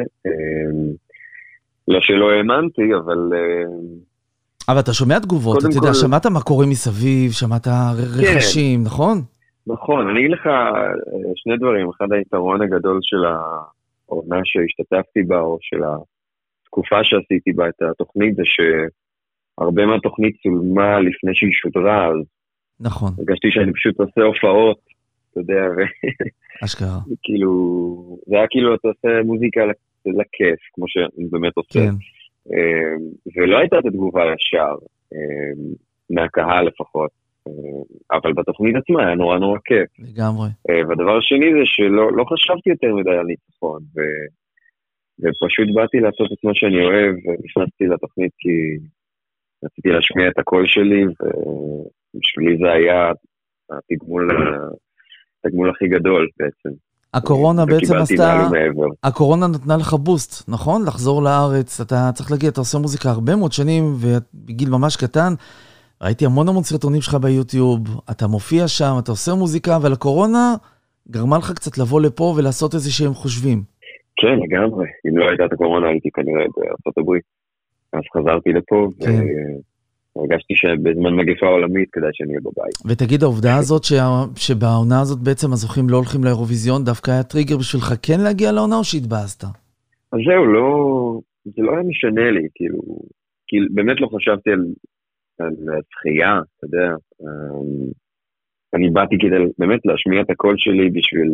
Speaker 12: לא שלא האמנתי, אבל...
Speaker 3: אבל אתה שומע תגובות, אתה יודע, שמעת מה קורה מסביב, שמעת רכשים, נכון?
Speaker 12: נכון, אני אגיד לך שני דברים. אחד היתרון הגדול של העונה שהשתתפתי בה, או של התקופה שעשיתי בה את התוכנית, זה שהרבה מהתוכנית צולמה לפני שהיא שודרה, אז
Speaker 3: נכון.
Speaker 12: הרגשתי שאני פשוט עושה הופעות, אתה יודע, ו...
Speaker 3: אשכרה.
Speaker 12: כאילו, זה היה כאילו אתה עושה מוזיקה לכיף, כמו שאני באמת עושה.
Speaker 3: כן.
Speaker 12: ולא הייתה את התגובה ישר, מהקהל לפחות, אבל בתוכנית עצמה היה נורא נורא כיף.
Speaker 3: לגמרי.
Speaker 12: והדבר השני זה שלא לא חשבתי יותר מדי על ניצחון, ו... ופשוט באתי לעשות את מה שאני אוהב, ונכנסתי לתוכנית כי רציתי להשמיע את הקול שלי, ובשבילי זה היה התגמול, התגמול הכי גדול בעצם.
Speaker 3: הקורונה בעצם עשתה, הקורונה נתנה לך בוסט, נכון? לחזור לארץ, אתה צריך להגיע, אתה עושה מוזיקה הרבה מאוד שנים, ובגיל ממש קטן, ראיתי המון המון סרטונים שלך ביוטיוב, אתה מופיע שם, אתה עושה מוזיקה, אבל הקורונה גרמה לך קצת לבוא לפה ולעשות איזה שהם חושבים.
Speaker 12: כן, לגמרי. אם לא הייתה את הקורונה, הייתי כנראה בארצות הברית. אז חזרתי לפה,
Speaker 3: כן.
Speaker 12: והרגשתי שבזמן מגפה עולמית כדאי שאני אהיה בבית.
Speaker 3: ותגיד, העובדה הזאת שה... שבעונה הזאת בעצם הזוכים לא הולכים לאירוויזיון, דווקא היה טריגר בשבילך כן להגיע לעונה או שהתבאסת?
Speaker 12: אז זהו, לא... זה לא היה משנה לי, כאילו... כאילו באמת לא חשבתי על, על זכייה, אתה יודע. אני באתי כדי באמת להשמיע את הקול שלי בשביל...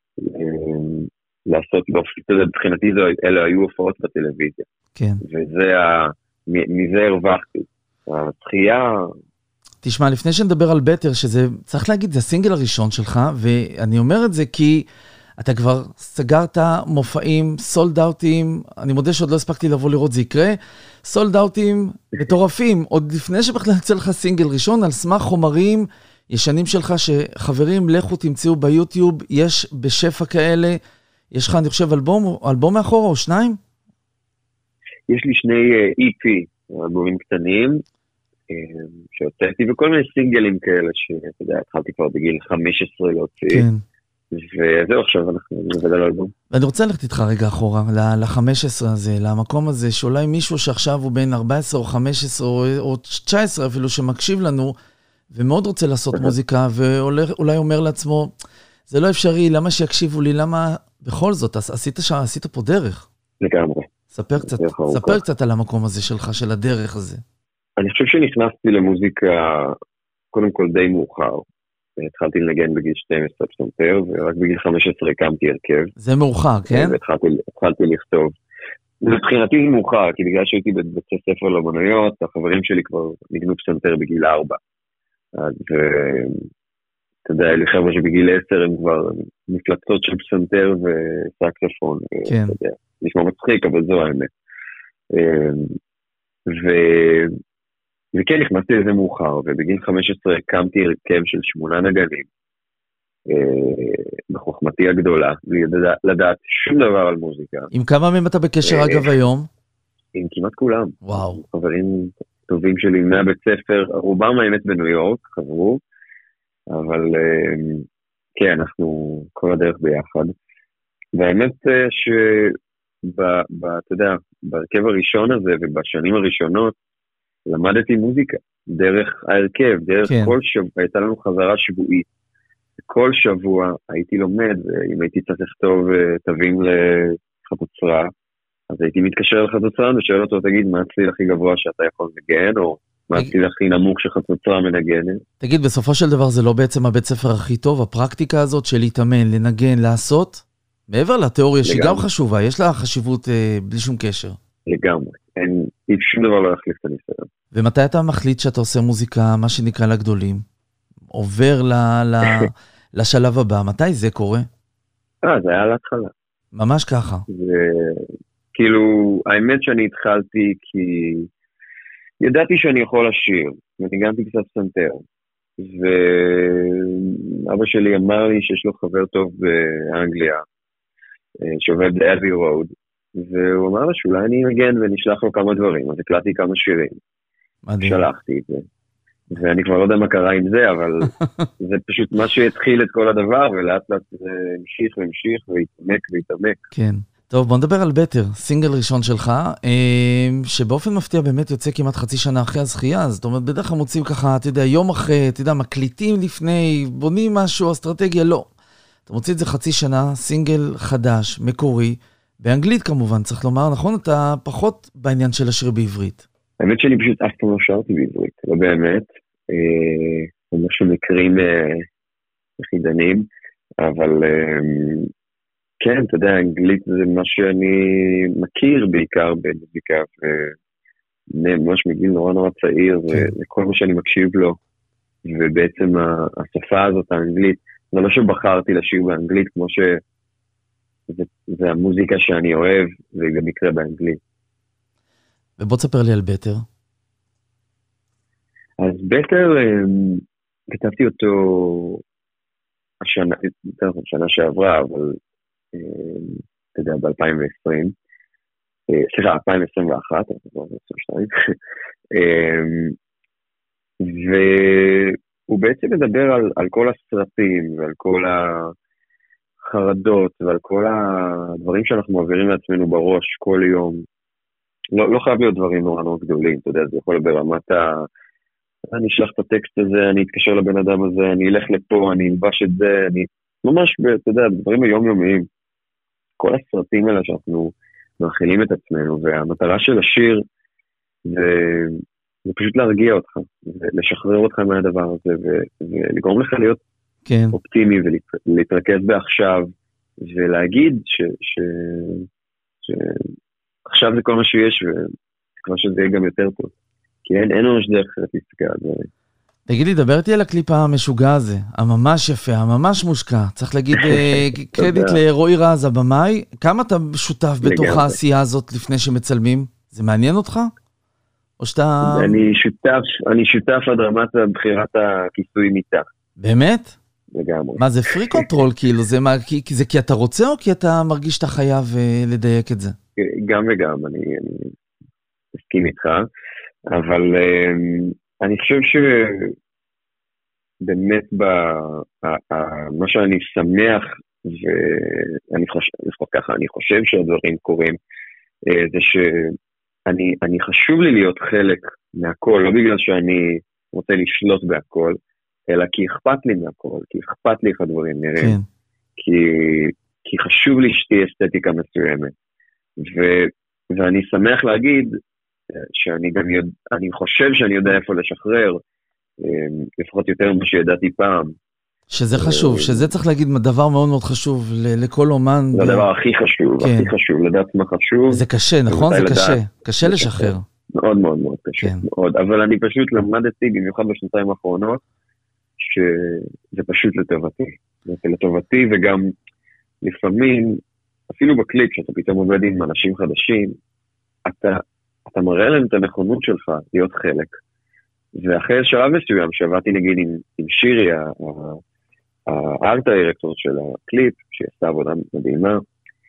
Speaker 12: לעשות, מבחינתי אלה היו הופעות בטלוויזיה.
Speaker 3: כן.
Speaker 12: וזה ה... מזה הרווחתי. התחייה...
Speaker 3: תשמע, לפני שנדבר על בטר, שזה, צריך להגיד, זה הסינגל הראשון שלך, ואני אומר את זה כי אתה כבר סגרת מופעים, סולד אאוטים, אני מודה שעוד לא הספקתי לבוא לראות זה יקרה, סולד אאוטים מטורפים, עוד לפני שבכלל יצא לך סינגל ראשון, על סמך חומרים ישנים שלך, שחברים, לכו תמצאו ביוטיוב, יש בשפע כאלה, יש לך, אני חושב, אלבום, אלבום מאחורה או שניים?
Speaker 12: יש לי שני אי פי, אלבומים קטנים, שהוצאתי, וכל מיני סינגלים כאלה, שאתה יודע, התחלתי כבר בגיל חמש עשרה להוציא.
Speaker 3: כן.
Speaker 12: וזהו, עכשיו אנחנו נבד על אלבום.
Speaker 3: ואני רוצה ללכת איתך רגע אחורה, ל-חמש עשרה הזה, למקום הזה, שאולי מישהו שעכשיו הוא בין ארבע עשרה או חמש עשרה או תשע עשרה אפילו, שמקשיב לנו, ומאוד רוצה לעשות מוזיקה, ואולי אומר לעצמו, זה לא אפשרי, למה שיקשיבו לי, למה בכל זאת, עשית, עשית פה דרך.
Speaker 12: לגמרי.
Speaker 3: ספר קצת, ספר קצת על המקום הזה שלך, של הדרך הזה.
Speaker 12: אני חושב שנכנסתי למוזיקה, קודם כל די מאוחר. התחלתי לנגן בגיל שתים עשרה פסנתר, ורק בגיל חמש עשרה הקמתי הרכב.
Speaker 3: זה מאוחר, כן?
Speaker 12: והתחלתי לכתוב. מבחינתי זה מאוחר, כי בגלל שהייתי בבית ספר לאמנויות, החברים שלי כבר ניגנו פסנתר בגיל ארבע. אז אתה יודע, אלה חבר'ה שבגיל עשר הם כבר מפלצות של פסנתר וסקסופון.
Speaker 3: כן.
Speaker 12: נשמע מצחיק, אבל זו האמת. ו... וכן, נכנסתי לזה מאוחר, ובגיל חמש עשרה הקמתי הרכב של שמונה נגנים, בחוכמתי הגדולה, בלי לדעת שום דבר על מוזיקה.
Speaker 3: עם כמה מהם אתה בקשר אגב היום?
Speaker 12: עם כמעט כולם.
Speaker 3: וואו.
Speaker 12: חברים טובים שלי מהבית ספר, רובם האמת בניו יורק, חברו, אבל כן, אנחנו כל הדרך ביחד. והאמת ש... אתה יודע, בהרכב הראשון הזה ובשנים הראשונות, למדתי מוזיקה, דרך ההרכב, דרך כן. כל שבוע, הייתה לנו חזרה שבועית. כל שבוע הייתי לומד, אם הייתי צריך לכתוב תווים לחצוצרה, אז הייתי מתקשר לחצוצרן ושואל אותו, תגיד, מה הצליל הכי גבוה שאתה יכול לנגן, או מה הצליל הכי נמוך שחצוצרה מנגנת.
Speaker 3: תגיד, בסופו של דבר זה לא בעצם הבית ספר הכי טוב, הפרקטיקה הזאת של להתאמן, לנגן, לעשות, מעבר לתיאוריה שהיא גם חשובה, יש לה חשיבות אה, בלי שום קשר.
Speaker 12: לגמרי, אין, שום דבר לא יחליף את הניסיון.
Speaker 3: ומתי אתה מחליט שאתה עושה מוזיקה, מה שנקרא לגדולים? עובר ל, ל, לשלב הבא, מתי זה קורה?
Speaker 12: אה, זה היה להתחלה.
Speaker 3: ממש ככה.
Speaker 12: זה, כאילו, האמת שאני התחלתי כי ידעתי שאני יכול לשיר, וניגנתי קצת פסנתר. ואבא שלי אמר לי שיש לו חבר טוב באנגליה, שעובד באבי רוד, והוא אמר לה שאולי אני אנגן ונשלח לו כמה דברים, אז הקלטתי כמה שירים. מדהים. שלחתי את זה. ואני כבר לא יודע מה קרה עם זה, אבל זה פשוט מה שהתחיל את כל הדבר, ולאט לאט זה המשיך והמשיך, והתעמק והתעמק.
Speaker 3: כן. טוב, בוא נדבר על בטר, סינגל ראשון שלך, שבאופן מפתיע באמת יוצא כמעט חצי שנה אחרי הזכייה, זאת אומרת, בדרך כלל מוצאים ככה, אתה יודע, יום אחרי, אתה יודע, מקליטים לפני, בונים משהו, אסטרטגיה, לא. אתה מוציא את זה חצי שנה, סינגל חדש, מקורי, באנגלית כמובן, צריך לומר, נכון? אתה פחות בעניין של השיר בעברית.
Speaker 12: האמת שאני פשוט אף פעם לא שרתי בעברית, לא באמת, זה משהו מקרים יחידנים, אבל כן, אתה יודע, אנגלית זה מה שאני מכיר בעיקר במוזיקה, וממש מגיל נורא נורא צעיר, וכל מה שאני מקשיב לו, ובעצם השפה הזאת, האנגלית, זה לא שבחרתי לשיר באנגלית, כמו שזה המוזיקה שאני אוהב, והיא גם יקרה באנגלית.
Speaker 3: ובוא תספר לי על בטר.
Speaker 12: אז בטר, כתבתי אותו השנה, השנה שעברה, אבל אתה יודע, ב-אלפיים ועשרים, סליחה, אלפיים עשרים ואחת, והוא בעצם מדבר על, על כל הסרטים ועל כל החרדות ועל כל הדברים שאנחנו מעבירים לעצמנו בראש כל יום. לא, לא חייב להיות דברים נורא נורא גדולים, אתה יודע, זה יכול להיות ברמת ה... אני אשלח את הטקסט הזה, אני אתקשר לבן אדם הזה, אני אלך לפה, אני אלבש את זה, אני... ממש, אתה יודע, דברים היומיומיים. כל הסרטים האלה שאנחנו מאכילים את עצמנו, והמטרה של השיר זה, זה פשוט להרגיע אותך, לשחרר אותך מהדבר הזה, ולגרום לך להיות
Speaker 3: כן.
Speaker 12: אופטימי, ולהתרכז בעכשיו, ולהגיד ש... ש... ש... עכשיו זה כל מה שיש, וכבר שזה יהיה גם יותר טוב. כי אין, אין ממש דרך אחרת להסתכל על זה.
Speaker 3: תגיד לי, דבר איתי על הקליפ המשוגע הזה, הממש יפה, הממש מושקע. צריך להגיד קרדיט לרועי רז, הבמאי. כמה אתה שותף בתוך העשייה הזאת לפני שמצלמים? זה מעניין אותך? או שאתה...
Speaker 12: אני שותף, אני שותף עד רמת בחירת הכיסוי מיטה.
Speaker 3: באמת?
Speaker 12: לגמרי.
Speaker 3: מה, זה פרי קונטרול כאילו? זה, מה, כי, זה כי אתה רוצה או כי אתה מרגיש שאתה חייב לדייק את זה? גם
Speaker 12: וגם, אני, אני מסכים איתך, אבל אני חושב שבאמת ב, מה שאני שמח, ואני חושב, לפחות ככה, אני חושב שהדברים קורים, זה שאני אני חשוב לי להיות חלק מהכל, לא בגלל שאני רוצה לשלוט בהכל, אלא כי אכפת לי מהכל, כי אכפת לי איך הדברים נראים,
Speaker 3: כן.
Speaker 12: כי, כי חשוב לי שתהיה אסתטיקה מסוימת. ו, ואני שמח להגיד שאני גם יודע, אני חושב שאני יודע איפה לשחרר, לפחות יותר ממה שידעתי פעם.
Speaker 3: שזה חשוב, שזה צריך להגיד דבר מאוד מאוד חשוב לכל אומן.
Speaker 12: זה הדבר הכי חשוב,
Speaker 3: כן.
Speaker 12: הכי חשוב, לדעת מה חשוב.
Speaker 3: זה קשה, נכון? זה קשה, קשה לשחרר.
Speaker 12: מאוד מאוד מאוד קשה,
Speaker 3: כן.
Speaker 12: מאוד, אבל אני פשוט למדתי, במיוחד בשנתיים האחרונות, שזה פשוט לטובתי. זה לטובתי, וגם לפעמים, אפילו בקליפ, שאתה פתאום עובד עם אנשים חדשים, אתה, אתה מראה להם את הנכונות שלך להיות חלק. ואחרי שלב מסוים, שעבדתי נגיד עם, עם שירי, הארט דירקטור של הקליפ, שעשתה עבודה מדהימה,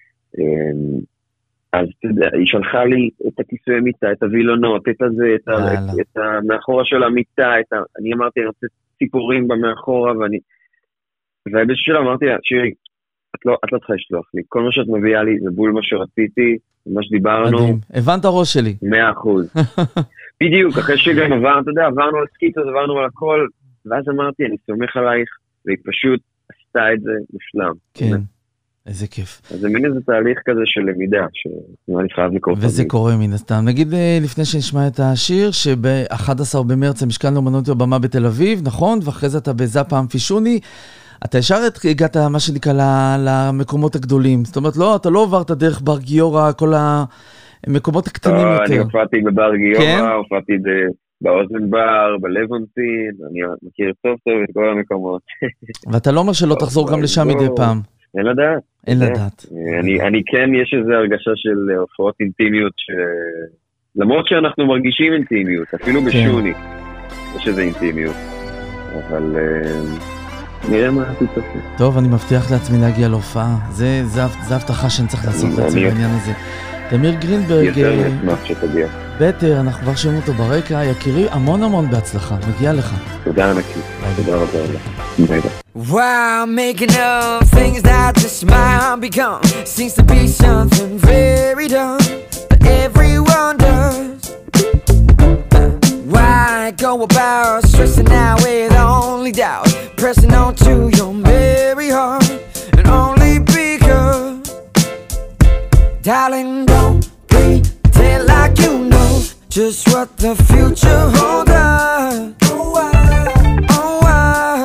Speaker 12: אז אתה יודע, היא שלחה לי את הכיסוי מיטה, את הווילונות, את הזה, את, ה, את, את המאחורה של המיטה, את ה, אני אמרתי, אני רוצה ציפורים במאחורה, ואני, ובאיזשהו שלב אמרתי לה, שירי, את לא, את לא צריכה לשלוח לי, כל מה שאת מביאה לי זה בול מה שרציתי, מה שדיברנו.
Speaker 3: מדהים, הבנת הראש שלי.
Speaker 12: מאה אחוז. בדיוק, אחרי שגם עברנו, אתה יודע, עברנו על סקיטות, עברנו על הכל, ואז אמרתי, אני סומך עלייך, והיא פשוט עשתה את זה מושלם.
Speaker 3: כן, איזה כיף.
Speaker 12: אז זה מין איזה תהליך כזה של למידה, שאני חייב לקרוא.
Speaker 3: וזה קורה מן הסתם. נגיד לפני שנשמע את השיר, שב-אחד עשר במרץ המשכן לאומנות הבמה בתל אביב, נכון? ואחרי זה אתה בזאפה אמפישוני, אתה ישר הגעת, מה שנקרא, למקומות הגדולים. זאת אומרת, לא, אתה לא עברת דרך בר גיורא, כל המקומות הקטנים יותר.
Speaker 12: אני הופעתי בבר גיורא, הופעתי באוזן בר, בלוונטין, אני מכיר טוב טוב את כל המקומות.
Speaker 3: ואתה לא אומר שלא תחזור גם לשם מדי פעם.
Speaker 12: אין לדעת.
Speaker 3: אין לדעת.
Speaker 12: אני כן, יש איזו הרגשה של הופעות אינטימיות, למרות שאנחנו מרגישים אינטימיות, אפילו בשוני, יש איזו אינטימיות. אבל נראה מה עשית עושה.
Speaker 3: טוב, אני מבטיח לעצמי להגיע להופעה. זה הבטחה שאני צריך לעשות לעצמי בעניין הזה. תמיר גרינברג...
Speaker 12: יותר נשמח שתגיע.
Speaker 3: בטר, אנחנו כבר שומעים אותו ברקע. יקירי, המון המון בהצלחה, מגיע לך.
Speaker 12: תודה ענקי, תודה רבה לך.
Speaker 13: Wow, making up things that the smile become seems to be something very dumb, but everyone does. Why go about stressing out with only doubt, pressing on to your merry heart, and only because, darling, don't pretend like you know just what the future holds us. Oh, why, oh, why?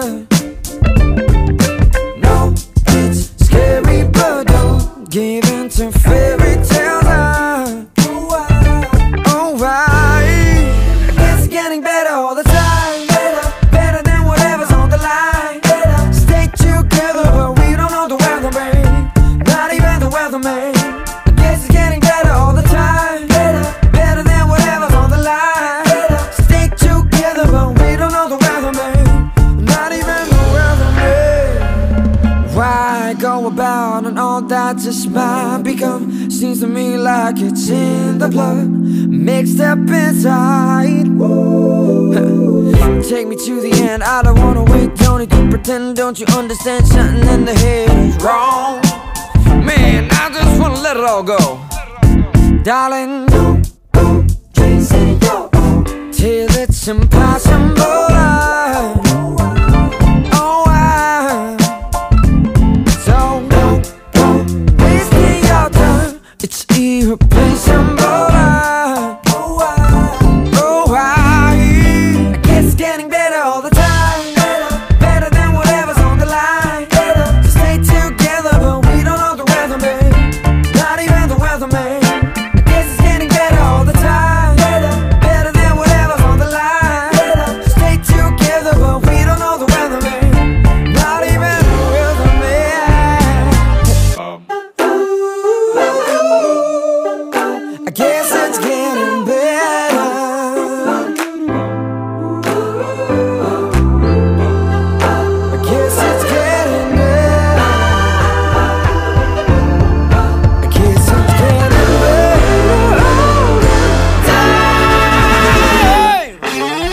Speaker 13: No, it's scary, but don't give in to fairy tales. Oh, why, oh, why? It's getting better all the time, better, better than whatever's on the line. Better stay together, but we don't know the weather, man. Not even the weather, man. I guess it's getting better all the time, better, better than whatever's on the line. Better stay together, but we don't know the weather, man. Not even the weather, man. Why go about and all that just might become? Seems to me like it's in the blood, mixed up inside. Take me to the end, I don't wanna wait, don't need to pretend. Don't you understand, something in the head is wrong? Man, I just wanna let it all go. Darling, don't go chasing your own till it's impossible. Oh, I so don't go wasting your time, it's irreplaceable. Oh, I, oh, I, I guess it's getting better all the time, better, better than whatever's on the line. Better to stay together, but we don't know the weather, man. Not even the weather, man. I guess it's getting better all the time, better, better than whatever's on the line. Better to stay together, but we don't know the weather, man. Not even the weather, man. I guess it's getting better. I guess it's getting better. I guess it's getting better all the time.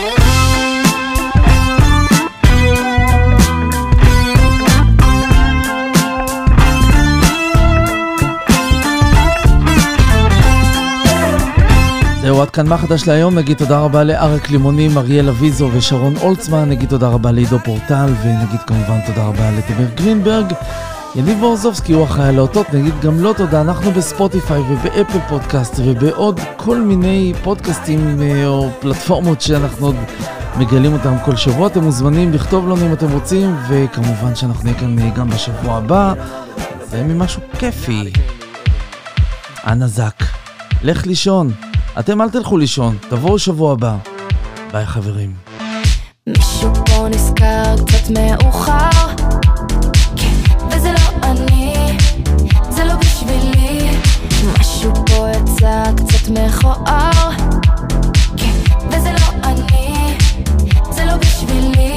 Speaker 3: זהו, עד כאן מה חדש להיום. נגיד תודה רבה לאריק לימונים, אריאל אביזו ושרון אולצמן. נגיד תודה רבה לעידו פורטל, ונגיד כמובן תודה רבה לתמיר גרינברג. יניב בורזובסקי הוא אחראי לאותות. נגיד גם לא תודה, אנחנו בספוטיפיי ובאפל פודקאסט ובעוד כל מיני פודקאסטים או פלטפורמות שאנחנו עוד מגלים אותם כל שבוע. אתם מוזמנים לכתוב לנו אם אתם רוצים, וכמובן שאנחנו נהיה כאן גם בשבוע הבא. זה ממשהו כיפי. אנה זק, לך לישון. אתם אל תלכו לישון, תבואו שבוע הבא. ביי חברים.
Speaker 14: מישהו פה נזכר קצת מאוחר, כן, וזה לא אני, זה לא בשבילי. משהו פה יצא קצת מכוער, כן, וזה לא אני, זה לא בשבילי.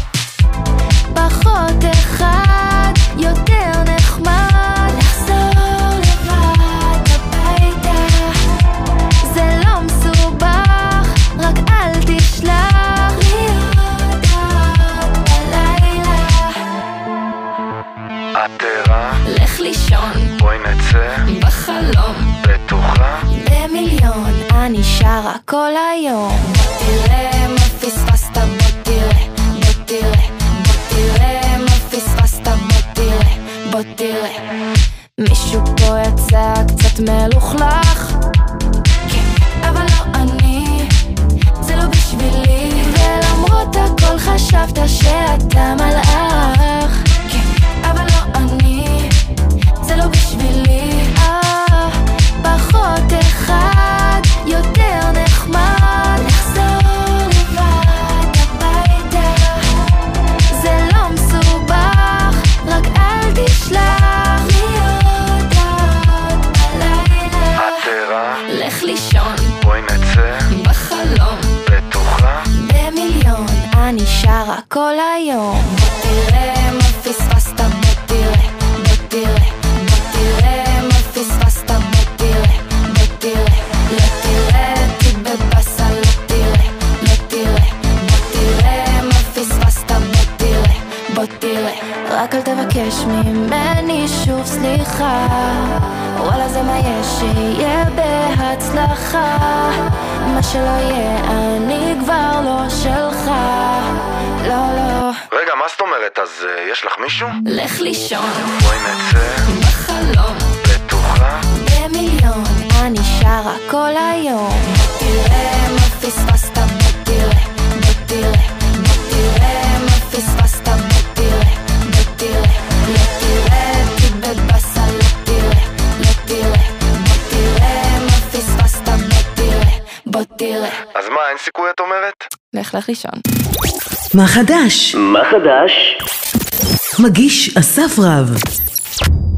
Speaker 14: פחות אחד, יותר נחמד, לחזור לבד הביתה. זה לא מסובך, רק אל תשלח לי הודעות בלילה.
Speaker 15: את ערה?
Speaker 14: לך לישון,
Speaker 15: בואי נצא
Speaker 14: בחלום,
Speaker 15: בטוחה
Speaker 14: במיליון, אני שרה כל היום. בוא תראה מה פספסת, בוא תראה, בוא תראה, בוא תראה מה פספסת, בוא תראה, בוא תראה. מישהו פה יצא קצת מלוכלך, כן, אבל לא אני, זה לא בשבילי. ולמרות הכל חשבת שאתה מלאך, כן, אבל לא אני, זה לא בשבילי. אה, פחות אחד, יותר נחמד, לחזור לבד הביתה. זה לא מסובך, רק אל תשלח לי הודעות בלילה.
Speaker 15: את ערה?
Speaker 14: לך לישון,
Speaker 15: בואי נצא
Speaker 14: בחלום,
Speaker 15: בטוחה
Speaker 14: במיליון, אני שרה כל היום. בוא תראה מה פספסת, בוא תראה, בוא תראה, בוא תראה מה פספסת, בוא תראה, בוא תראה. לא תראה אותי ממני שוב סליחה, וואלה זה מה יש שיהיה בהצלחה, מה שלא יהיה אני כבר לא שלך, לא לא.
Speaker 15: רגע, מה זאת אומרת? אז uh, יש לך מישהו?
Speaker 14: לך לישון,
Speaker 15: בואי נצא
Speaker 14: בחלום,
Speaker 15: בטוחה
Speaker 14: במיליון, אני שרה כל היום, תראה מה פספסת, תראה, תראה, תראה מה פספסת, תראה, תראה, תראה, תבבסה, תראה, תראה, תראה מה פספסת, תראה, בוא תראה.
Speaker 15: אז מה, אין סיכוי את אומרת?
Speaker 14: לך לך לישון.
Speaker 1: מה חדש?
Speaker 2: מה חדש?
Speaker 1: מגיש אסף רב.